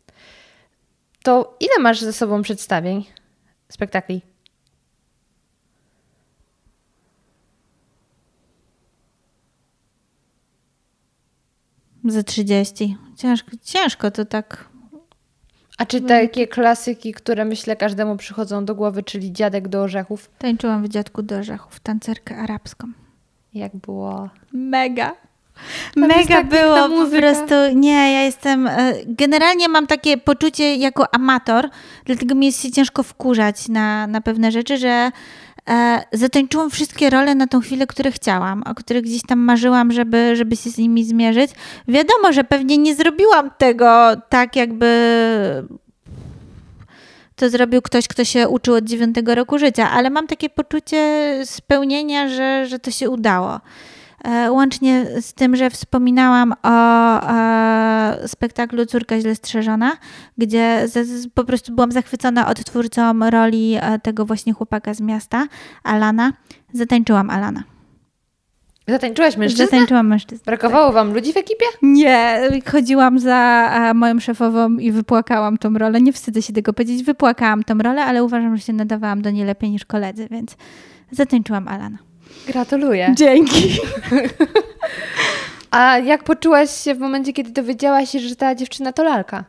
To ile masz ze sobą przedstawień, spektakli? Za 30. Ciężko to tak. A czy takie klasyki, które myślę każdemu przychodzą do głowy, czyli Dziadek do orzechów? Tańczyłam w Dziadku do orzechów, tancerkę arabską. Jak było? Mega. Tam Mega tak było, muzyka. po prostu, nie, ja jestem, generalnie mam takie poczucie jako amator, dlatego mi jest się ciężko wkurzać na pewne rzeczy, że zatańczyłam wszystkie role na tą chwilę, które chciałam, o których gdzieś tam marzyłam, żeby się z nimi zmierzyć. Wiadomo, że pewnie nie zrobiłam tego tak, jakby to zrobił ktoś, kto się uczył od 9 roku życia, ale mam takie poczucie spełnienia, że to się udało. Łącznie z tym, że wspominałam o spektaklu Córka źle strzeżona, gdzie po prostu byłam zachwycona odtwórcą roli tego właśnie chłopaka z miasta, Alana. Zatańczyłam Alana. Zatańczyłaś mężczyznę? Zatańczyłam mężczyznę. Brakowało wam ludzi w ekipie? Nie, chodziłam za moją szefową i wypłakałam tą rolę. Nie wstydzę się tego powiedzieć, wypłakałam tą rolę, ale uważam, że się nadawałam do niej lepiej niż koledzy, więc zatańczyłam Alana. Gratuluję. Dzięki. A jak poczułaś się w momencie, kiedy dowiedziałaś się, że ta dziewczyna to lalka?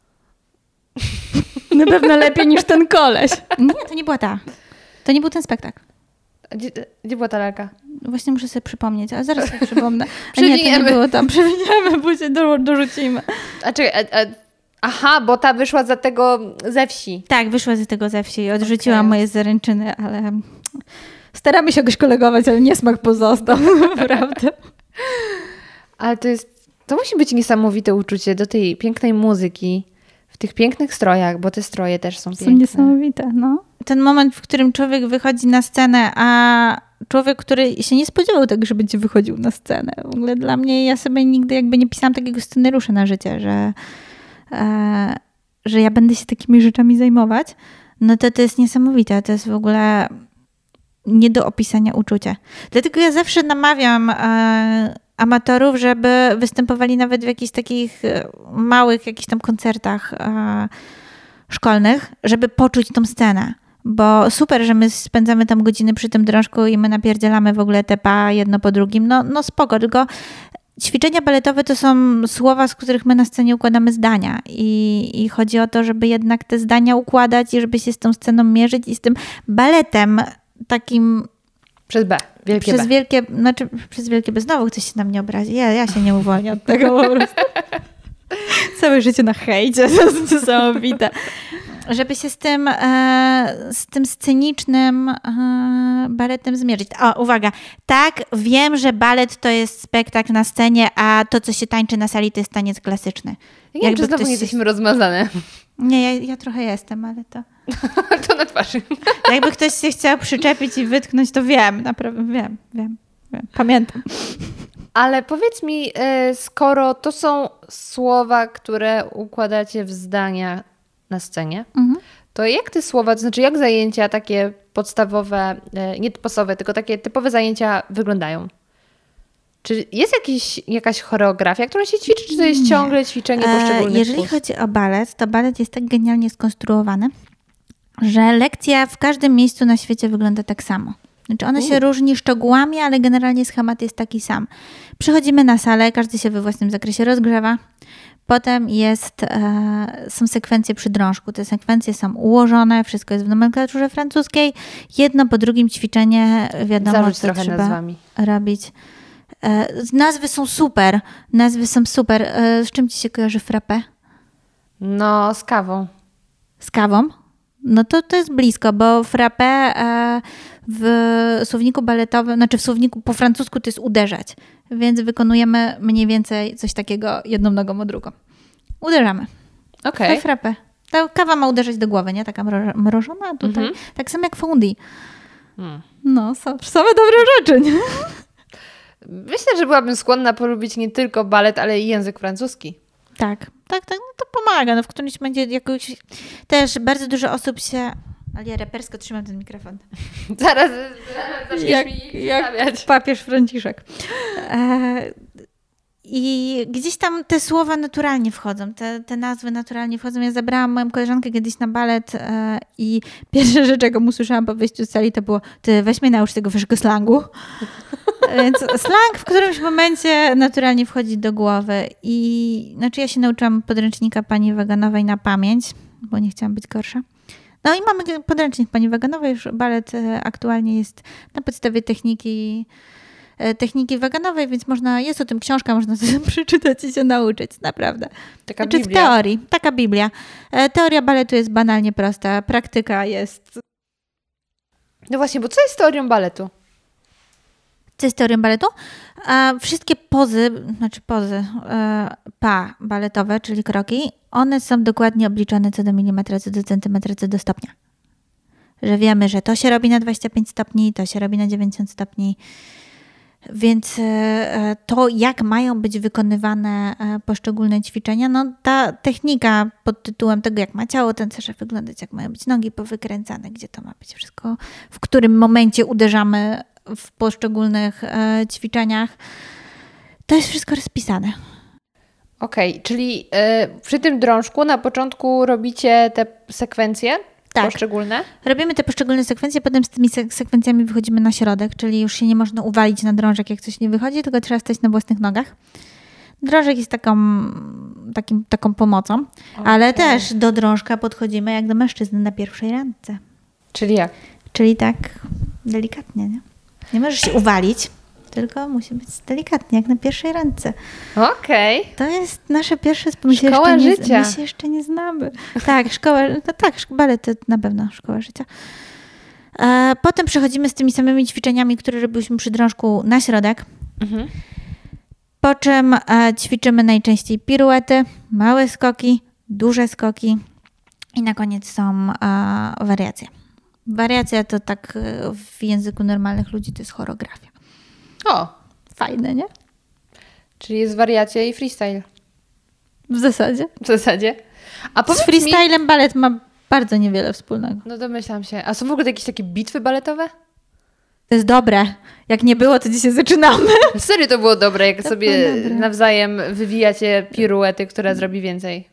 Na pewno lepiej niż ten koleś. Nie, to nie była ta. To nie był ten spektakl. Gdzie była ta lalka? Właśnie muszę sobie przypomnieć, ale zaraz sobie przypomnę. A nie, to nie było tam. Przewiniemy, bo się dorzucimy. A czekaj, aha, bo ta wyszła za tego ze wsi. Tak, wyszła z tego ze wsi i odrzuciłam moje zaręczyny, ale staramy się jakoś kolegować, ale niesmak pozostał, prawda? Ale to musi być niesamowite uczucie do tej pięknej muzyki, w tych pięknych strojach, bo te stroje też są piękne. Są niesamowite, no. Ten moment, w którym człowiek wychodzi na scenę, a człowiek, który się nie spodziewał tego, że będzie wychodził na scenę. W ogóle dla mnie, ja sobie nigdy jakby nie pisałam takiego scenariusza na życie, że ja będę się takimi rzeczami zajmować, no to jest niesamowite. To jest w ogóle nie do opisania uczucie. Dlatego ja zawsze namawiam amatorów, żeby występowali nawet w jakichś takich małych jakichś tam koncertach szkolnych, żeby poczuć tą scenę. Bo super, że my spędzamy tam godziny przy tym drążku i my napierdzielamy w ogóle tepa jedno po drugim. No spoko, tylko ćwiczenia baletowe to są słowa, z których my na scenie układamy zdania. I chodzi o to, żeby jednak te zdania układać i żeby się z tą sceną mierzyć i z tym baletem takim... Przez B. Przez wielkie B. Znowu ktoś się na mnie obrazi. Ja się nie uwolnię od tego po prostu. Całe życie na hejcie. To jest niesamowite. Żeby się z tym scenicznym baletem zmierzyć. O, uwaga. Tak, wiem, że balet to jest spektakl na scenie, a to, co się tańczy na sali, to jest taniec klasyczny. Ja nie wiem, czy znowu nie jesteśmy rozmazane. Nie, ja trochę jestem, ale to... To na twarzy. Jakby ktoś się chciał przyczepić i wytknąć, to wiem. Naprawdę wiem. Pamiętam. Ale powiedz mi, skoro to są słowa, które układacie w zdania na scenie, to jak te słowa, to znaczy jak zajęcia takie podstawowe, nie podstawowe, tylko takie typowe zajęcia wyglądają? Czy jest jakaś choreografia, która się ćwiczy, czy to jest ciągle ćwiczenie poszczególnych Jeżeli słów? chodzi o balet, to balet jest tak genialnie skonstruowany, że lekcja w każdym miejscu na świecie wygląda tak samo. Znaczy one się różni szczegółami, ale generalnie schemat jest taki sam. Przychodzimy na salę, każdy się we własnym zakresie rozgrzewa. Potem są sekwencje przy drążku. Te sekwencje są ułożone, wszystko jest w nomenklaturze francuskiej. Jedno po drugim ćwiczenie, wiadomo, Zarzuć co trochę trzeba nazwami. robić. Nazwy są super. Z czym ci się kojarzy frappé? No, z kawą. Z kawą? No to jest blisko, bo frappé w słowniku baletowym, znaczy w słowniku po francusku to jest uderzać, więc wykonujemy mniej więcej coś takiego jedną nogą o drugą. Uderzamy. Okej. To frappé. Ta kawa ma uderzać do głowy, nie? Taka mrożona, a tutaj tak samo jak fondue. No, same dobre rzeczy, nie? Myślę, że byłabym skłonna polubić nie tylko balet, ale i język francuski. Tak, no to pomaga. No w którymś będzie jakoś... Też bardzo dużo osób się... Ale ja repersko trzymam ten mikrofon. Zaraz zaczniesz mi stawiać. Papież Franciszek. I gdzieś tam te słowa naturalnie wchodzą, te nazwy naturalnie wchodzą. Ja zabrałam moją koleżankę kiedyś na balet i pierwsza rzecz, jaką usłyszałam po wyjściu z sali, to było: ty weź mnie naucz tego waszego slangu. Więc slang w którymś momencie naturalnie wchodzi do głowy. I znaczy ja się nauczyłam podręcznika pani Waganowej na pamięć, bo nie chciałam być gorsza. No i mamy podręcznik pani Waganowej, już balet aktualnie jest na podstawie techniki waganowej, więc jest o tym książka, można sobie przeczytać i się nauczyć, naprawdę. Taka znaczy Biblia. w teorii, taka Biblia. Teoria baletu jest banalnie prosta, praktyka jest... No właśnie, bo co jest teorią baletu? Co jest teorią baletu? Wszystkie pozy pas baletowe, czyli kroki, one są dokładnie obliczone co do milimetra, co do centymetra, co do stopnia. Że wiemy, że to się robi na 25 stopni, to się robi na 90 stopni. Więc to, jak mają być wykonywane poszczególne ćwiczenia, no ta technika pod tytułem tego, jak ma ciało tancerza wyglądać, jak mają być nogi powykręcane, gdzie to ma być wszystko, w którym momencie uderzamy w poszczególnych ćwiczeniach, to jest wszystko rozpisane. Okej, czyli przy tym drążku na początku robicie te sekwencje poszczególne? Robimy te poszczególne sekwencje, potem z tymi sekwencjami wychodzimy na środek, czyli już się nie można uwalić na drążek, jak coś nie wychodzi, tylko trzeba stać na własnych nogach. Drążek jest taką pomocą, ale też do drążka podchodzimy jak do mężczyzny na pierwszej randce. Czyli jak? Czyli tak delikatnie, nie? Nie możesz się uwalić, tylko musi być delikatnie, jak na pierwszej randce. Okej. To jest nasze pierwsze... Szkoła życia. My się jeszcze nie znamy. Tak, balet to na pewno szkoła życia. Potem przechodzimy z tymi samymi ćwiczeniami, które robiliśmy przy drążku, na środek. Po czym ćwiczymy najczęściej piruety, małe skoki, duże skoki i na koniec są wariacje. Wariacja to tak w języku normalnych ludzi to jest choreografia. O! Fajne, nie? Czyli jest wariacja i freestyle. W zasadzie. W zasadzie. A Z powiedz freestylem balet ma bardzo niewiele wspólnego. No domyślam się. A są w ogóle jakieś takie bitwy baletowe? To jest dobre. Jak nie było, to dzisiaj zaczynamy. Serio to było dobre, jak To sobie było dobre. nawzajem wywijacie piruety, która zrobi więcej.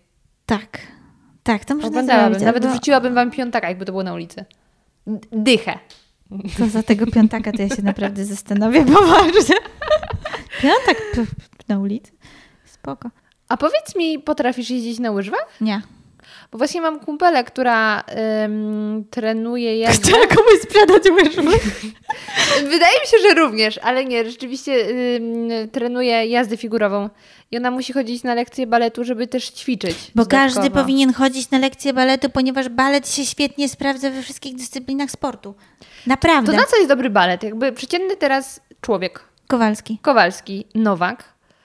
Tak, to można Oglądałabym. zrobić. Nawet albo- wrzuciłabym wam piątaka, jakby to było na ulicy. Dychę. To za tego piątaka to ja się naprawdę zastanowię poważnie. Piątak na ulicy? Spoko. A powiedz mi, potrafisz jeździć na łyżwach? Nie. Bo właśnie mam kumpelę, która trenuje jazdę. Chcę komuś sprzedać łyżwy. Wydaje mi się, że również, ale nie, rzeczywiście trenuje jazdę figurową. I ona musi chodzić na lekcje baletu, żeby też ćwiczyć. Bo dodatkowo. każdy powinien chodzić na lekcje baletu, ponieważ balet się świetnie sprawdza we wszystkich dyscyplinach sportu. Naprawdę. To na co jest dobry balet? Jakby przeciętny teraz człowiek, Kowalski. Kowalski, Nowak,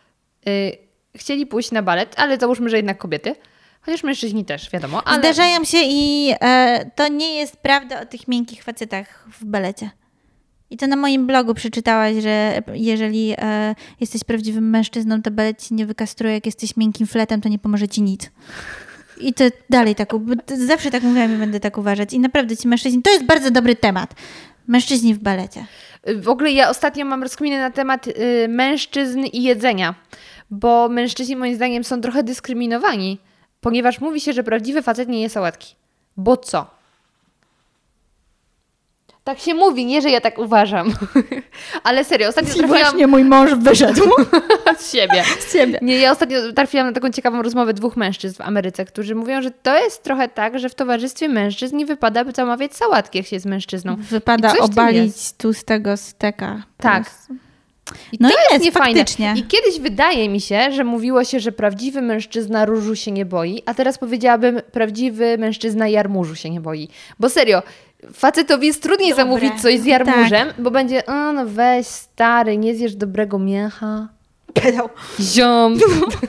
chcieli pójść na balet, ale załóżmy, że jednak kobiety. Chociaż mężczyźni też, wiadomo. Ale... Zdarzają się i to nie jest prawda o tych miękkich facetach w balecie. I to na moim blogu przeczytałaś, że jeżeli jesteś prawdziwym mężczyzną, to balet ci nie wykastruje, jak jesteś miękkim fletem, to nie pomoże ci nic. I to dalej zawsze tak mówiłam i będę tak uważać. I naprawdę ci mężczyźni, to jest bardzo dobry temat. Mężczyźni w balecie. W ogóle ja ostatnio mam rozkminę na temat mężczyzn i jedzenia, bo mężczyźni moim zdaniem są trochę dyskryminowani, ponieważ mówi się, że prawdziwy facet nie je sałatki. Bo co? Tak się mówi, nie, że ja tak uważam. Ale serio, ostatnio I właśnie mój mąż wyszedł. z siebie. Z ciebie. Nie, ja ostatnio trafiłam na taką ciekawą rozmowę 2 mężczyzn w Ameryce, którzy mówią, że to jest trochę tak, że w towarzystwie mężczyzn nie wypada by zamawiać sałatki, jak się jest mężczyzną. Wypada obalić tłustego steka. Tak. I No to jest, niefajne. faktycznie. I kiedyś wydaje mi się, że mówiło się, że prawdziwy mężczyzna różu się nie boi, a teraz powiedziałabym, prawdziwy mężczyzna jarmużu się nie boi. Bo serio, facetowi jest trudniej zamówić coś z jarmużem, bo będzie, no weź stary, nie zjesz dobrego mięcha. Pedał. Ziom.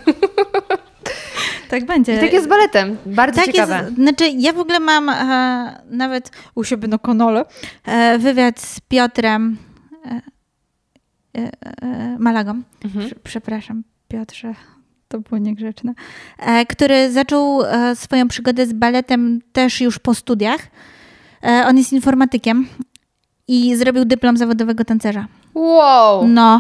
Tak będzie. I tak jest z baletem. Bardzo ciekawe. Znaczy, ja w ogóle mam nawet u siebie na kanale wywiad z Piotrem Malagą. Przepraszam, Piotrze, to było niegrzeczne. Który zaczął swoją przygodę z baletem też już po studiach. On jest informatykiem i zrobił dyplom zawodowego tancerza. Wow. No.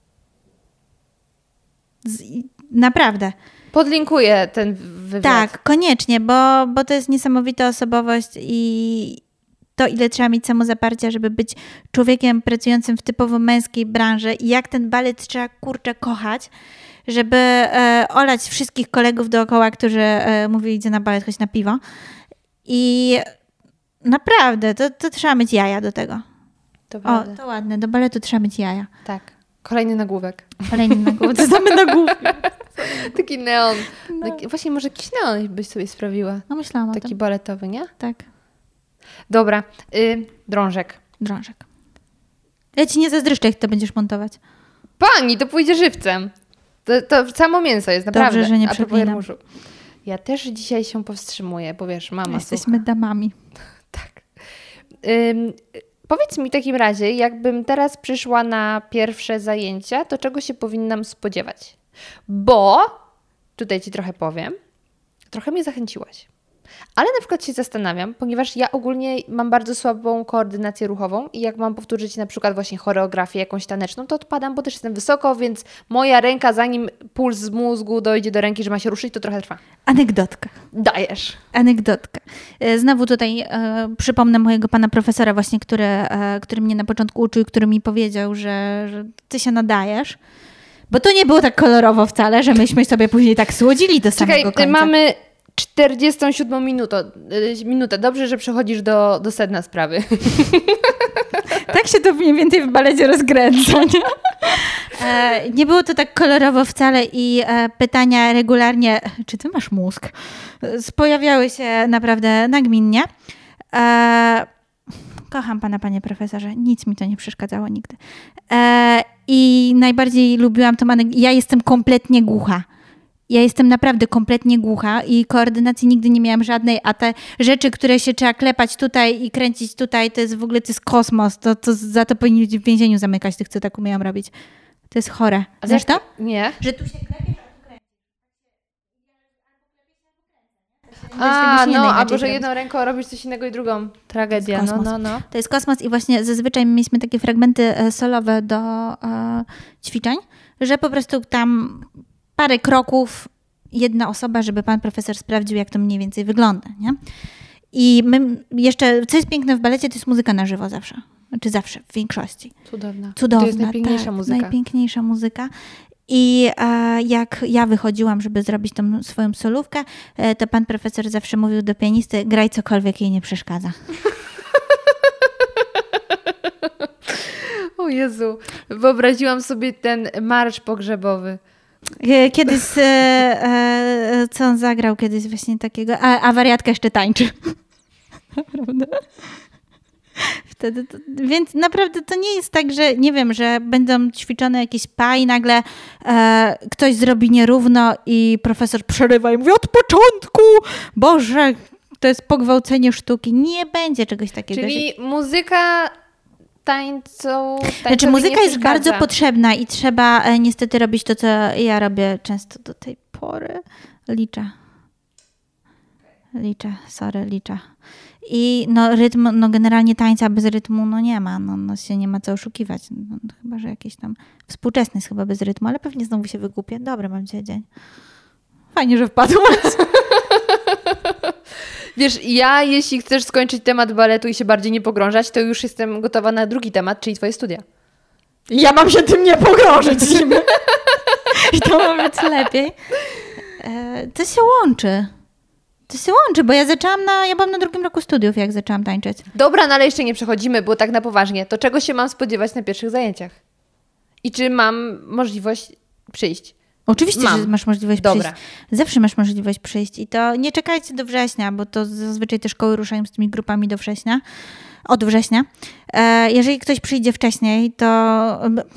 Naprawdę. Podlinkuję ten wywiad. Tak, koniecznie, bo to jest niesamowita osobowość i to, ile trzeba mieć samozaparcia, żeby być człowiekiem pracującym w typowo męskiej branży i jak ten balet trzeba, kochać, żeby olać wszystkich kolegów dookoła, którzy mówili, idzie na balet, chodź na piwo. I naprawdę, to trzeba mieć jaja do tego. To prawda. To ładne, do baletu trzeba mieć jaja. Tak. Kolejny nagłówek. Kolejny nagłówek, to znamy nagłówek. Taki neon. No. Właśnie może jakiś neon byś sobie sprawiła. No myślałam o Taki tym. baletowy, nie? Tak. Dobra. Drążek. Drążek. Ja ci nie zazdroszczę, jak to będziesz montować. Pani, to pójdzie żywcem. To samo mięso jest, naprawdę. Dobrze, że nie a propos przeklinam. jarmużu. Ja też dzisiaj się powstrzymuję, bo wiesz, mama Jesteśmy damami. Tak. Powiedz mi w takim razie, jakbym teraz przyszła na pierwsze zajęcia, to czego się powinnam spodziewać? Bo, tutaj ci trochę powiem, trochę mnie zachęciłaś. Ale na przykład się zastanawiam, ponieważ ja ogólnie mam bardzo słabą koordynację ruchową i jak mam powtórzyć na przykład właśnie choreografię jakąś taneczną, to odpadam, bo też jestem wysoko, więc moja ręka, zanim puls z mózgu dojdzie do ręki, że ma się ruszyć, to trochę trwa. Anegdotka. Dajesz. Anegdotka. Znowu tutaj przypomnę mojego pana profesora właśnie, który mnie na początku uczył i który mi powiedział, że ty się nadajesz. Bo to nie było tak kolorowo wcale, że myśmy sobie później tak słodzili do samego końca. Mamy 47 minutę. Dobrze, że przechodzisz do sedna sprawy. Tak się to mniej więcej w balecie rozkręca, nie? Nie było to tak kolorowo wcale i pytania regularnie, czy ty masz mózg? Pojawiały się naprawdę nagminnie. Kocham pana, panie profesorze. Nic mi to nie przeszkadzało nigdy. I najbardziej lubiłam tą anegdotę. Ja jestem kompletnie głucha. Ja jestem naprawdę kompletnie głucha i koordynacji nigdy nie miałam żadnej, a te rzeczy, które się trzeba klepać tutaj i kręcić tutaj, to jest w ogóle, to jest kosmos. To za to powinni ludzi w więzieniu zamykać, tych, co tak umieją robić. To jest chore. Znasz to? Nie. Że tu się klepiesz, a tu kręcisz. Albo że jedną ręką robisz coś innego i drugą. Tragedia. No. To jest kosmos i właśnie zazwyczaj mieliśmy takie fragmenty solowe do ćwiczeń, że po prostu tam parę kroków, jedna osoba, żeby pan profesor sprawdził, jak to mniej więcej wygląda, nie? I my jeszcze, co jest piękne w balecie, to jest muzyka na żywo zawsze. Znaczy zawsze, w większości. Cudowna. To jest najpiękniejsza muzyka. Najpiękniejsza muzyka. I jak ja wychodziłam, żeby zrobić tą swoją solówkę, to pan profesor zawsze mówił do pianisty, graj cokolwiek jej nie przeszkadza. O Jezu, wyobraziłam sobie ten marsz pogrzebowy. Kiedyś, co on zagrał kiedyś właśnie takiego, a wariatka jeszcze tańczy. Naprawdę. Wtedy więc naprawdę to nie jest tak, że nie wiem, że będą ćwiczone jakieś pa i nagle ktoś zrobi nierówno i profesor przerywa i mówi od początku, Boże, to jest pogwałcenie sztuki. Nie będzie czegoś takiego. Czyli muzyka Znaczy muzyka jest bardzo potrzebna i trzeba niestety robić to, co ja robię często do tej pory. Liczę. I no rytm, no generalnie tańca bez rytmu no nie ma, no się nie ma co oszukiwać. No, chyba, że jakiś tam współczesny jest chyba bez rytmu, ale pewnie znowu się wykupię. Dobry mam dzisiaj dzień. Fajnie, że wpadłaś. Wiesz, ja jeśli chcesz skończyć temat baletu i się bardziej nie pogrążać, to już jestem gotowa na drugi temat, czyli twoje studia. Ja mam się tym nie pogrążyć. I to ma być lepiej. To się łączy. Bo ja byłam na 2. roku studiów, jak zaczęłam tańczyć. Dobra, no ale jeszcze nie przechodzimy, bo tak na poważnie. To czego się mam spodziewać na pierwszych zajęciach? I czy mam możliwość przyjść? Oczywiście, że masz możliwość Dobra. przyjść. Zawsze masz możliwość przyjść. I to nie czekajcie do września, bo to zazwyczaj te szkoły ruszają z tymi grupami od września. Jeżeli ktoś przyjdzie wcześniej, to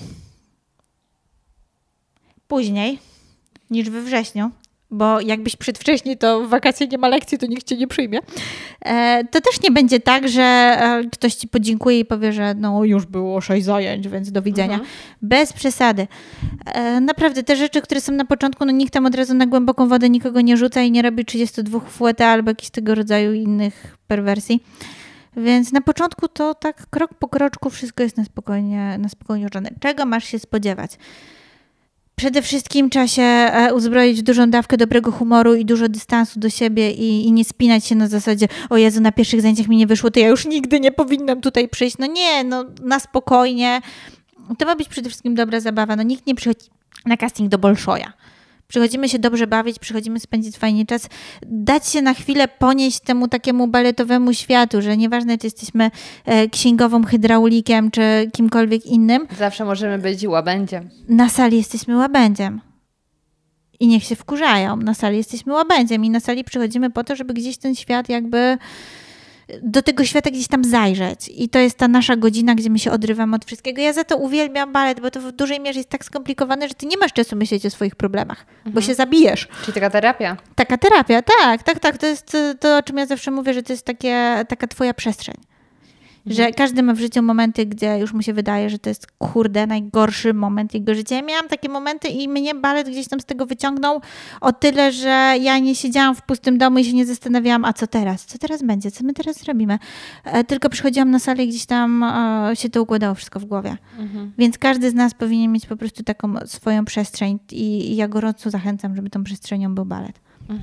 później niż we wrześniu, bo jakbyś przedwcześnie, to w wakacje nie ma lekcji, to nikt cię nie przyjmie. To też nie będzie tak, że ktoś ci podziękuje i powie, że no już było 6 zajęć, więc do widzenia. Bez przesady. Naprawdę te rzeczy, które są na początku, no nikt tam od razu na głęboką wodę nikogo nie rzuca i nie robi 32 fouettés albo jakichś tego rodzaju innych perwersji. Więc na początku to tak krok po kroczku wszystko jest na spokojnie ułożone. Czego masz się spodziewać? Przede wszystkim trzeba się uzbroić w dużą dawkę dobrego humoru i dużo dystansu do siebie i nie spinać się na zasadzie o Jezu, na pierwszych zajęciach mi nie wyszło, to ja już nigdy nie powinnam tutaj przyjść. No nie, no na spokojnie. To ma być przede wszystkim dobra zabawa. No nikt nie przychodzi na casting do Bolszoja. Przychodzimy się dobrze bawić, przychodzimy spędzić fajnie czas, dać się na chwilę ponieść temu takiemu baletowemu światu, że nieważne, czy jesteśmy księgową, hydraulikiem, czy kimkolwiek innym. Zawsze możemy być łabędziem. Na sali jesteśmy łabędziem. I niech się wkurzają. Na sali jesteśmy łabędziem i na sali przychodzimy po to, żeby gdzieś ten świat jakby do tego świata gdzieś tam zajrzeć. I to jest ta nasza godzina, gdzie my się odrywamy od wszystkiego. Ja za to uwielbiam balet, bo to w dużej mierze jest tak skomplikowane, że ty nie masz czasu myśleć o swoich problemach, bo się zabijesz. Czyli taka terapia. Taka terapia, tak. To jest to, o czym ja zawsze mówię, że to jest taka twoja przestrzeń. Że każdy ma w życiu momenty, gdzie już mu się wydaje, że to jest najgorszy moment jego życia. Ja miałam takie momenty i mnie balet gdzieś tam z tego wyciągnął o tyle, że ja nie siedziałam w pustym domu i się nie zastanawiałam, a co teraz? Co teraz będzie? Co my teraz robimy? Tylko przychodziłam na salę i gdzieś tam się to układało wszystko w głowie. Więc każdy z nas powinien mieć po prostu taką swoją przestrzeń i ja gorąco zachęcam, żeby tą przestrzenią był balet.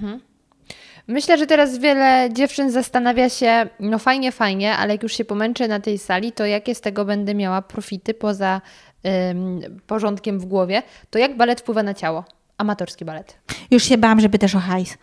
Myślę, że teraz wiele dziewczyn zastanawia się, no fajnie, ale jak już się pomęczę na tej sali, to jakie z tego będę miała profity poza porządkiem w głowie, to jak balet wpływa na ciało? Amatorski balet. Już się bałam, żeby też o hajs.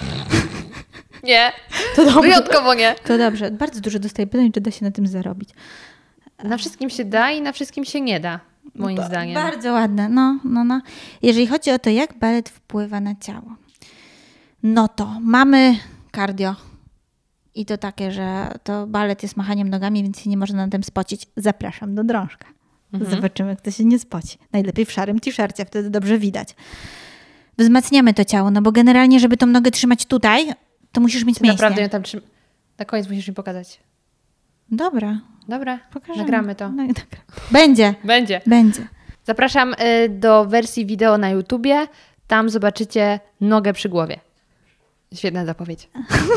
Nie, To dobrze. wyjątkowo nie. To dobrze. Bardzo dużo dostaję pytań, czy da się na tym zarobić. Na wszystkim się da i na wszystkim się nie da, moim zdaniem. Bardzo ładne. No. Jeżeli chodzi o to, jak balet wpływa na ciało, no to mamy cardio. I to takie, że to balet jest machaniem nogami, więc się nie można na tym spocić. Zapraszam do drążka. Zobaczymy, kto się nie spoci. Najlepiej w szarym t-shircie, wtedy dobrze widać. Wzmacniamy to ciało, no bo generalnie, żeby tą nogę trzymać tutaj, to musisz mieć mięśnie. Naprawdę ją tam na koniec musisz mi pokazać. Dobra. Pokażemy. Nagramy to. Będzie. Będzie. Zapraszam do wersji wideo na YouTubie. Tam zobaczycie nogę przy głowie. Świetna zapowiedź.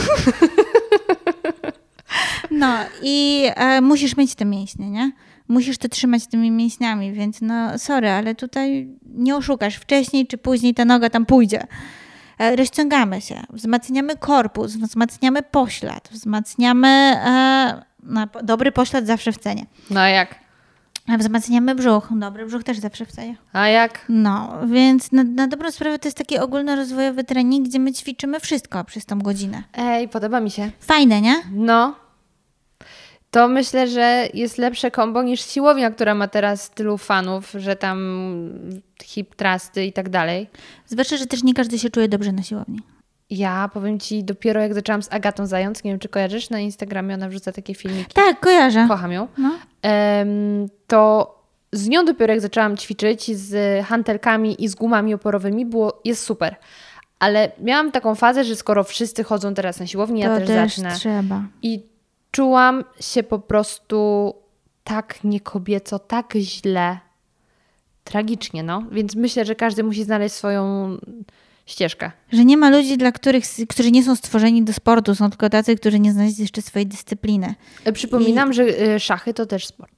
No i musisz mieć te mięśnie, nie? Musisz to trzymać tymi mięśniami, więc no sorry, ale tutaj nie oszukasz. Wcześniej czy później ta noga tam pójdzie. Rozciągamy się, wzmacniamy korpus, wzmacniamy poślad, wzmacniamy... dobry poślad zawsze w cenie. No a jak? Wzmacniamy brzuch. Dobry brzuch też zawsze w cenie. A jak? No, więc na dobrą sprawę to jest taki ogólnorozwojowy trening, gdzie my ćwiczymy wszystko przez tą godzinę. Ej, podoba mi się. Fajne, nie? No. To myślę, że jest lepsze kombo niż siłownia, która ma teraz tylu fanów, że tam hip trusty i tak dalej. Zwłaszcza, że też nie każdy się czuje dobrze na siłowni. Ja powiem Ci, dopiero jak zaczęłam z Agatą Zając, nie wiem czy kojarzysz, na Instagramie ona wrzuca takie filmiki. Tak, kojarzę. Kocham ją. No. To z nią dopiero jak zaczęłam ćwiczyć z hantelkami i z gumami oporowymi, jest super. Ale miałam taką fazę, że skoro wszyscy chodzą teraz na siłownię, ja też zacznę. Trzeba. I czułam się po prostu tak niekobieco, tak źle. Tragicznie, no. Więc myślę, że każdy musi znaleźć swoją ścieżkę. Że nie ma ludzi, którzy nie są stworzeni do sportu. Są tylko tacy, którzy nie znaleźli jeszcze swojej dyscypliny. Przypominam, że szachy to też sport.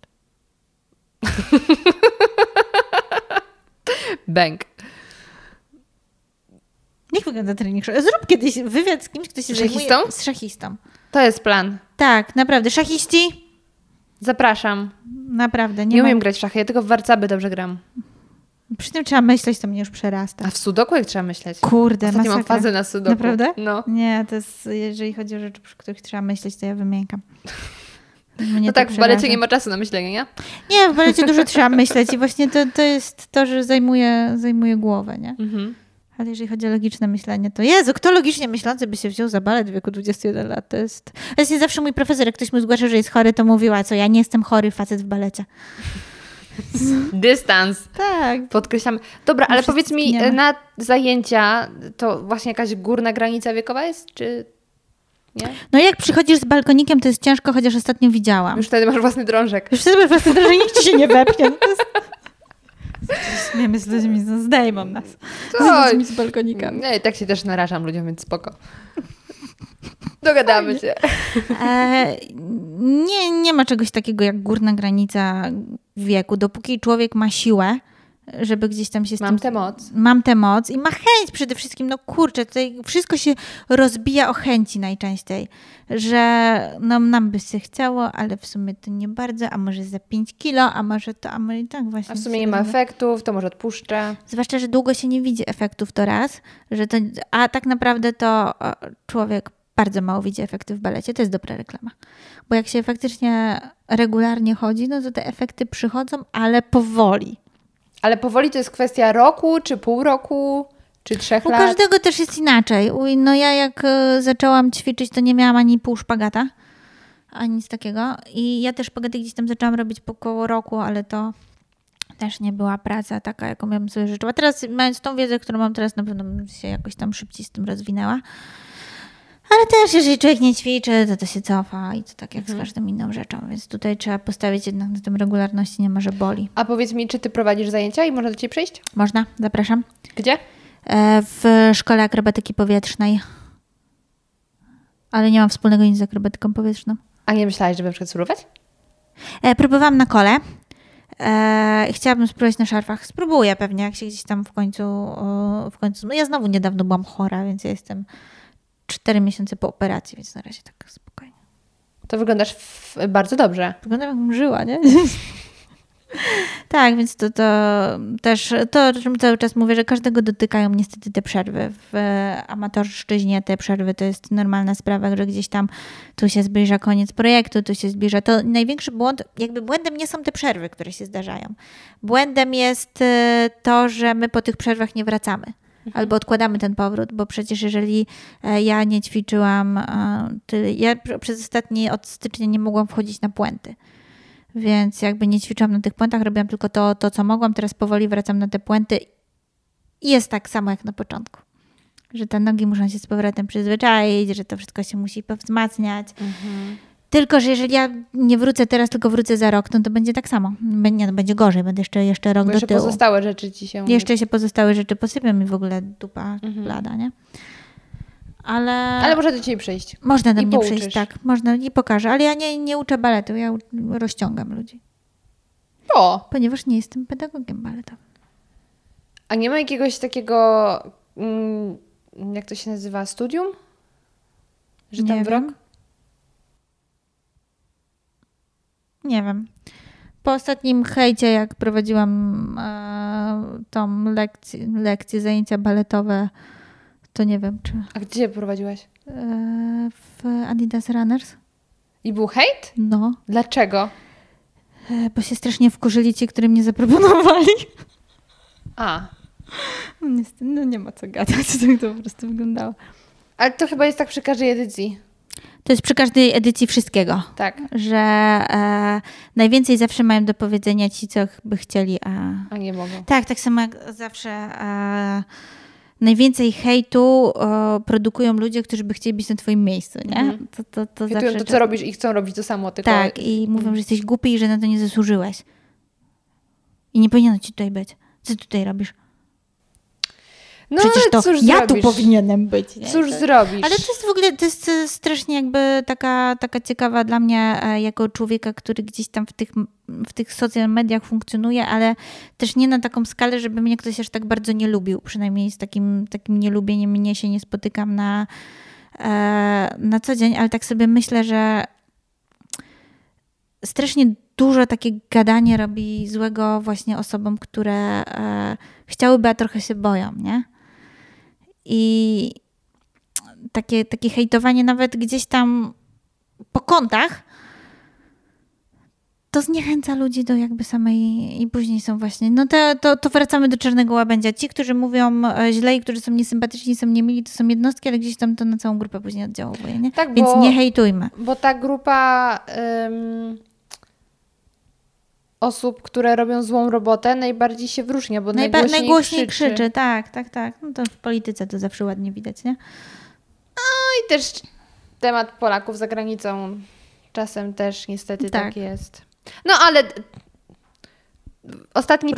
Bęk. Jak wygląda trening szachu? Zrób kiedyś wywiad z kimś, kto się Szachistą? zajmuje... Z szachistą. To jest plan. Tak, naprawdę. Szachiści? Zapraszam. Naprawdę. Nie ma... umiem grać w szachy, ja tylko w warcaby dobrze gram. Przy tym trzeba myśleć, to mnie już przerasta. A w sudoku jak trzeba myśleć? Kurde, Ostatnio mam masakra. fazę na sudoku. Naprawdę? No. Nie, to jest, jeżeli chodzi o rzeczy, przy których trzeba myśleć, to ja wymiękam. Mnie No to tak, w balecie przeraża. nie ma czasu na myślenie, nie? Nie, w balecie dużo trzeba myśleć i właśnie to jest to, że zajmuje głowę, nie? Mhm. Ale jeżeli chodzi o logiczne myślenie, to Jezu, kto logicznie myślący by się wziął za balet w wieku 21 lat? To jest... Właśnie zawsze mój profesor, jak ktoś mu zgłasza, że jest chory, to mówiła, co ja nie jestem chory, facet w balecie. Dystans. Tak. Podkreślamy. Dobra, ale Wszyscy powiedz mi, skiniemy. na zajęcia to właśnie jakaś górna granica wiekowa jest, czy nie? No jak przychodzisz z balkonikiem, to jest ciężko, chociaż ostatnio widziałam. Już wtedy masz własny drążek. Już wtedy po prostu że nikt ci się nie wepnie. No to jest... Śmiemy z ludźmi, zdejmą nas. Z ludźmi z balkonikami. Nie, tak się też narażam ludziom, więc spoko. Dogadamy się. Nie ma czegoś takiego jak górna granica wieku. Dopóki człowiek ma siłę, żeby gdzieś tam się z tym... Mam tę moc i ma chęć przede wszystkim. No kurczę, tutaj wszystko się rozbija o chęci najczęściej. Że no, nam by się chciało, ale w sumie to nie bardzo, a może za 5 kilo, a może to, a może i tak właśnie. A w sumie nie ma efektów, to może odpuszczę. Zwłaszcza, że długo się nie widzi efektów, to raz. A tak naprawdę to człowiek bardzo mało widzi efektów w balecie. To jest dobra reklama. Bo jak się faktycznie regularnie chodzi, no to te efekty przychodzą, ale powoli. Ale powoli to jest kwestia roku, czy pół roku, czy 3 lat? U każdego też jest inaczej. No ja jak zaczęłam ćwiczyć, to nie miałam ani pół szpagata, ani nic takiego. I ja też szpagaty gdzieś tam zaczęłam robić po około roku, ale to też nie była praca taka, jaką ja bym sobie życzyła. Teraz, mając tą wiedzę, którą mam teraz, na pewno bym się jakoś tam szybciej z tym rozwinęła. Ale też, jeżeli człowiek nie ćwiczy, to się cofa i to tak jak z każdą inną rzeczą. Więc tutaj trzeba postawić jednak na tym regularności, nie ma, że boli. A powiedz mi, czy ty prowadzisz zajęcia i można do ciebie przyjść? Można, zapraszam. Gdzie? W Szkole Akrobatyki Powietrznej. Ale nie mam wspólnego nic z akrobatyką powietrzną. A nie myślałaś, żeby na przykład spróbować? Próbowałam na kole. Chciałabym spróbować na szarfach. Spróbuję pewnie, jak się gdzieś tam w końcu... No ja znowu niedawno byłam chora, więc ja jestem 4 miesiące po operacji, więc na razie tak spokojnie. To wyglądasz bardzo dobrze. Wyglądam jakbym żyła, nie? Tak, więc to też, to o czym cały czas mówię, że każdego dotykają niestety te przerwy. W amatorszczyźnie te przerwy to jest normalna sprawa, że gdzieś tam tu się zbliża koniec projektu, tu się zbliża. To największy błąd, jakby błędem nie są te przerwy, które się zdarzają. Błędem jest to, że my po tych przerwach nie wracamy. Albo odkładamy ten powrót, bo przecież jeżeli ja nie ćwiczyłam, ja przez ostatni od stycznia nie mogłam wchodzić na puenty. Więc jakby nie ćwiczyłam na tych puentach, robiłam tylko to, co mogłam. Teraz powoli wracam na te puenty i jest tak samo jak na początku. Że te nogi muszą się z powrotem przyzwyczaić, że to wszystko się musi powzmacniać. Tylko, że jeżeli ja nie wrócę teraz, tylko wrócę za rok, no to będzie tak samo. Będzie gorzej, będę jeszcze rok Bo do jeszcze tyłu. pozostałe rzeczy ci się... Jeszcze się pozostałe rzeczy posypią i w ogóle dupa blada, nie? Ale można do ciebie przyjść. można do i mnie pouczysz. przyjść, tak. Można i pokażę. Ale ja nie uczę baletu, ja rozciągam ludzi. O! Ponieważ nie jestem pedagogiem baletowym. A nie ma jakiegoś takiego, jak to się nazywa, studium? Że tam Nie w rok? wiem. Nie wiem. Po ostatnim hejcie, jak prowadziłam tą lekcję, zajęcia baletowe, to nie wiem, czy A gdzie prowadziłaś? w Adidas Runners. I był hejt? No, Dlaczego? bo się strasznie wkurzyli ci, którzy mnie zaproponowali. A. No niestety, no nie ma co gadać, tak to po prostu wyglądało. Ale to chyba jest tak przy każdej edycji. To jest przy każdej edycji wszystkiego. Tak. Że najwięcej zawsze mają do powiedzenia ci, co by chcieli, A nie mogą. Tak, tak samo jak zawsze najwięcej hejtu produkują ludzie, którzy by chcieli być na twoim miejscu, nie? To Hejtują zawsze... to, co robisz i chcą robić to samo, tylko... Tak, i mówią, że jesteś głupi i że na to nie zasłużyłeś. I nie powinieneś ci tutaj być. Co ty tutaj robisz? No, Przecież to cóż ja zrobisz? tu powinienem być. Nie? Cóż zrobisz? Ale to jest w ogóle, to jest strasznie jakby taka ciekawa dla mnie, jako człowieka, który gdzieś tam w tych w tych social mediach funkcjonuję, ale też nie na taką skalę, żeby mnie ktoś aż tak bardzo nie lubił. Przynajmniej z takim nielubieniem mnie się nie spotykam na co dzień, ale tak sobie myślę, że strasznie dużo takie gadanie robi złego właśnie osobom, które chciałyby, a trochę się boją, nie? I takie hejtowanie nawet gdzieś tam po kątach to zniechęca ludzi do jakby samej i później są właśnie, no to wracamy do czarnego łabędzia. Ci, którzy mówią źle i którzy są niesympatyczni, są niemili, to są jednostki, ale gdzieś tam to na całą grupę później oddziałuje, nie? Tak, więc nie hejtujmy. Bo ta grupa osób, które robią złą robotę, najbardziej się wyróżnia, bo najgłośniej krzyczy. Tak. No to w polityce to zawsze ładnie widać, nie? No i też temat Polaków za granicą czasem też niestety tak jest. No ale ostatni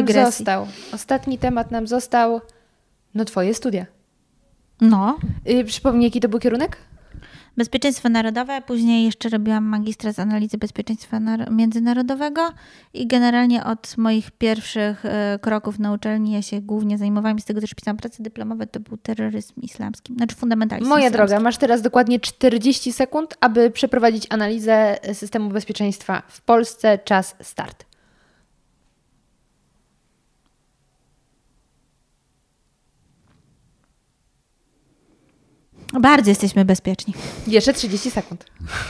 temat nam został twoje studia. No. Przypomnij, jaki to był kierunek? Bezpieczeństwo narodowe, później jeszcze robiłam magistra z analizy bezpieczeństwa międzynarodowego i generalnie od moich pierwszych kroków na uczelni ja się głównie zajmowałam, z tego też pisałam prace dyplomowe, to był terroryzm islamski, znaczy fundamentalizm Moja islamski. droga, masz teraz dokładnie 40 sekund, aby przeprowadzić analizę systemu bezpieczeństwa w Polsce. Czas start. Bardzo jesteśmy bezpieczni. Jeszcze 30 sekund.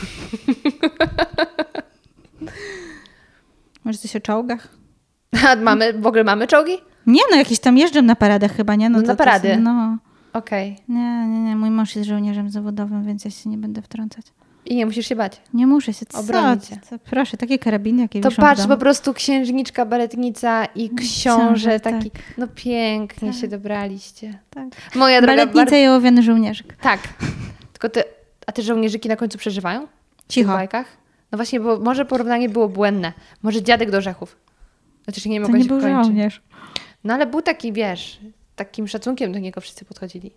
Może coś o czołgach? A w ogóle mamy czołgi? Nie, no jakieś tam jeżdżą na paradach chyba, nie? No na parady? Okej. Nie, mój mąż jest żołnierzem zawodowym, więc ja się nie będę wtrącać. I nie musisz się bać. Nie muszę się. Obronić się. Proszę, takie karabiny, jakie to wiszą patrz, w domu. po prostu księżniczka, baletnica i książę taki. Tak. No pięknie się dobraliście. Tak. Moja droga, baletnica i ołowiany żołnierzyk. Tak. Tylko a te żołnierzyki na końcu przeżywają? Cicho. W bajkach? No właśnie, bo może porównanie było błędne. Może dziadek do orzechów. Chociaż nie mogła się był kończyć. żołnierz. No ale był taki, wiesz, takim szacunkiem do niego wszyscy podchodzili.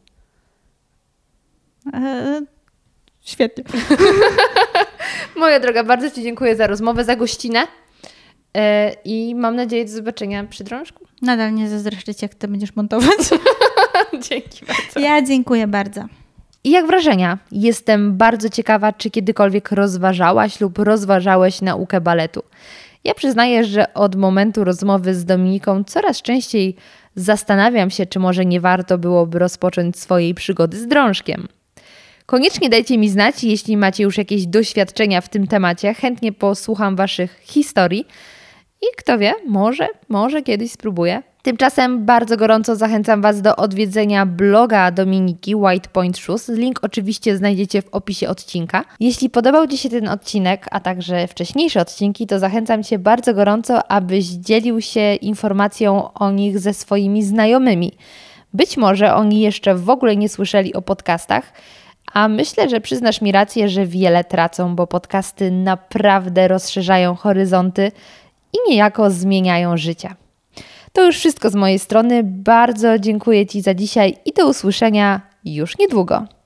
Świetnie. Moja droga, bardzo Ci dziękuję za rozmowę, za gościnę i mam nadzieję do zobaczenia przy drążku. Nadal nie zazdroszczyć, jak to będziesz montować. Dzięki bardzo. Ja dziękuję bardzo. I jak wrażenia? Jestem bardzo ciekawa, czy kiedykolwiek rozważałaś lub rozważałeś naukę baletu. Ja przyznaję, że od momentu rozmowy z Dominiką coraz częściej zastanawiam się, czy może nie warto byłoby rozpocząć swojej przygody z drążkiem. Koniecznie dajcie mi znać, jeśli macie już jakieś doświadczenia w tym temacie. Chętnie posłucham Waszych historii i kto wie, może kiedyś spróbuję. Tymczasem bardzo gorąco zachęcam Was do odwiedzenia bloga Dominiki White Point Shoes. Link oczywiście znajdziecie w opisie odcinka. Jeśli podobał Ci się ten odcinek, a także wcześniejsze odcinki, to zachęcam Cię bardzo gorąco, abyś dzielił się informacją o nich ze swoimi znajomymi. Być może oni jeszcze w ogóle nie słyszeli o podcastach, a myślę, że przyznasz mi rację, że wiele tracą, bo podcasty naprawdę rozszerzają horyzonty i niejako zmieniają życie. To już wszystko z mojej strony. Bardzo dziękuję Ci za dzisiaj i do usłyszenia już niedługo.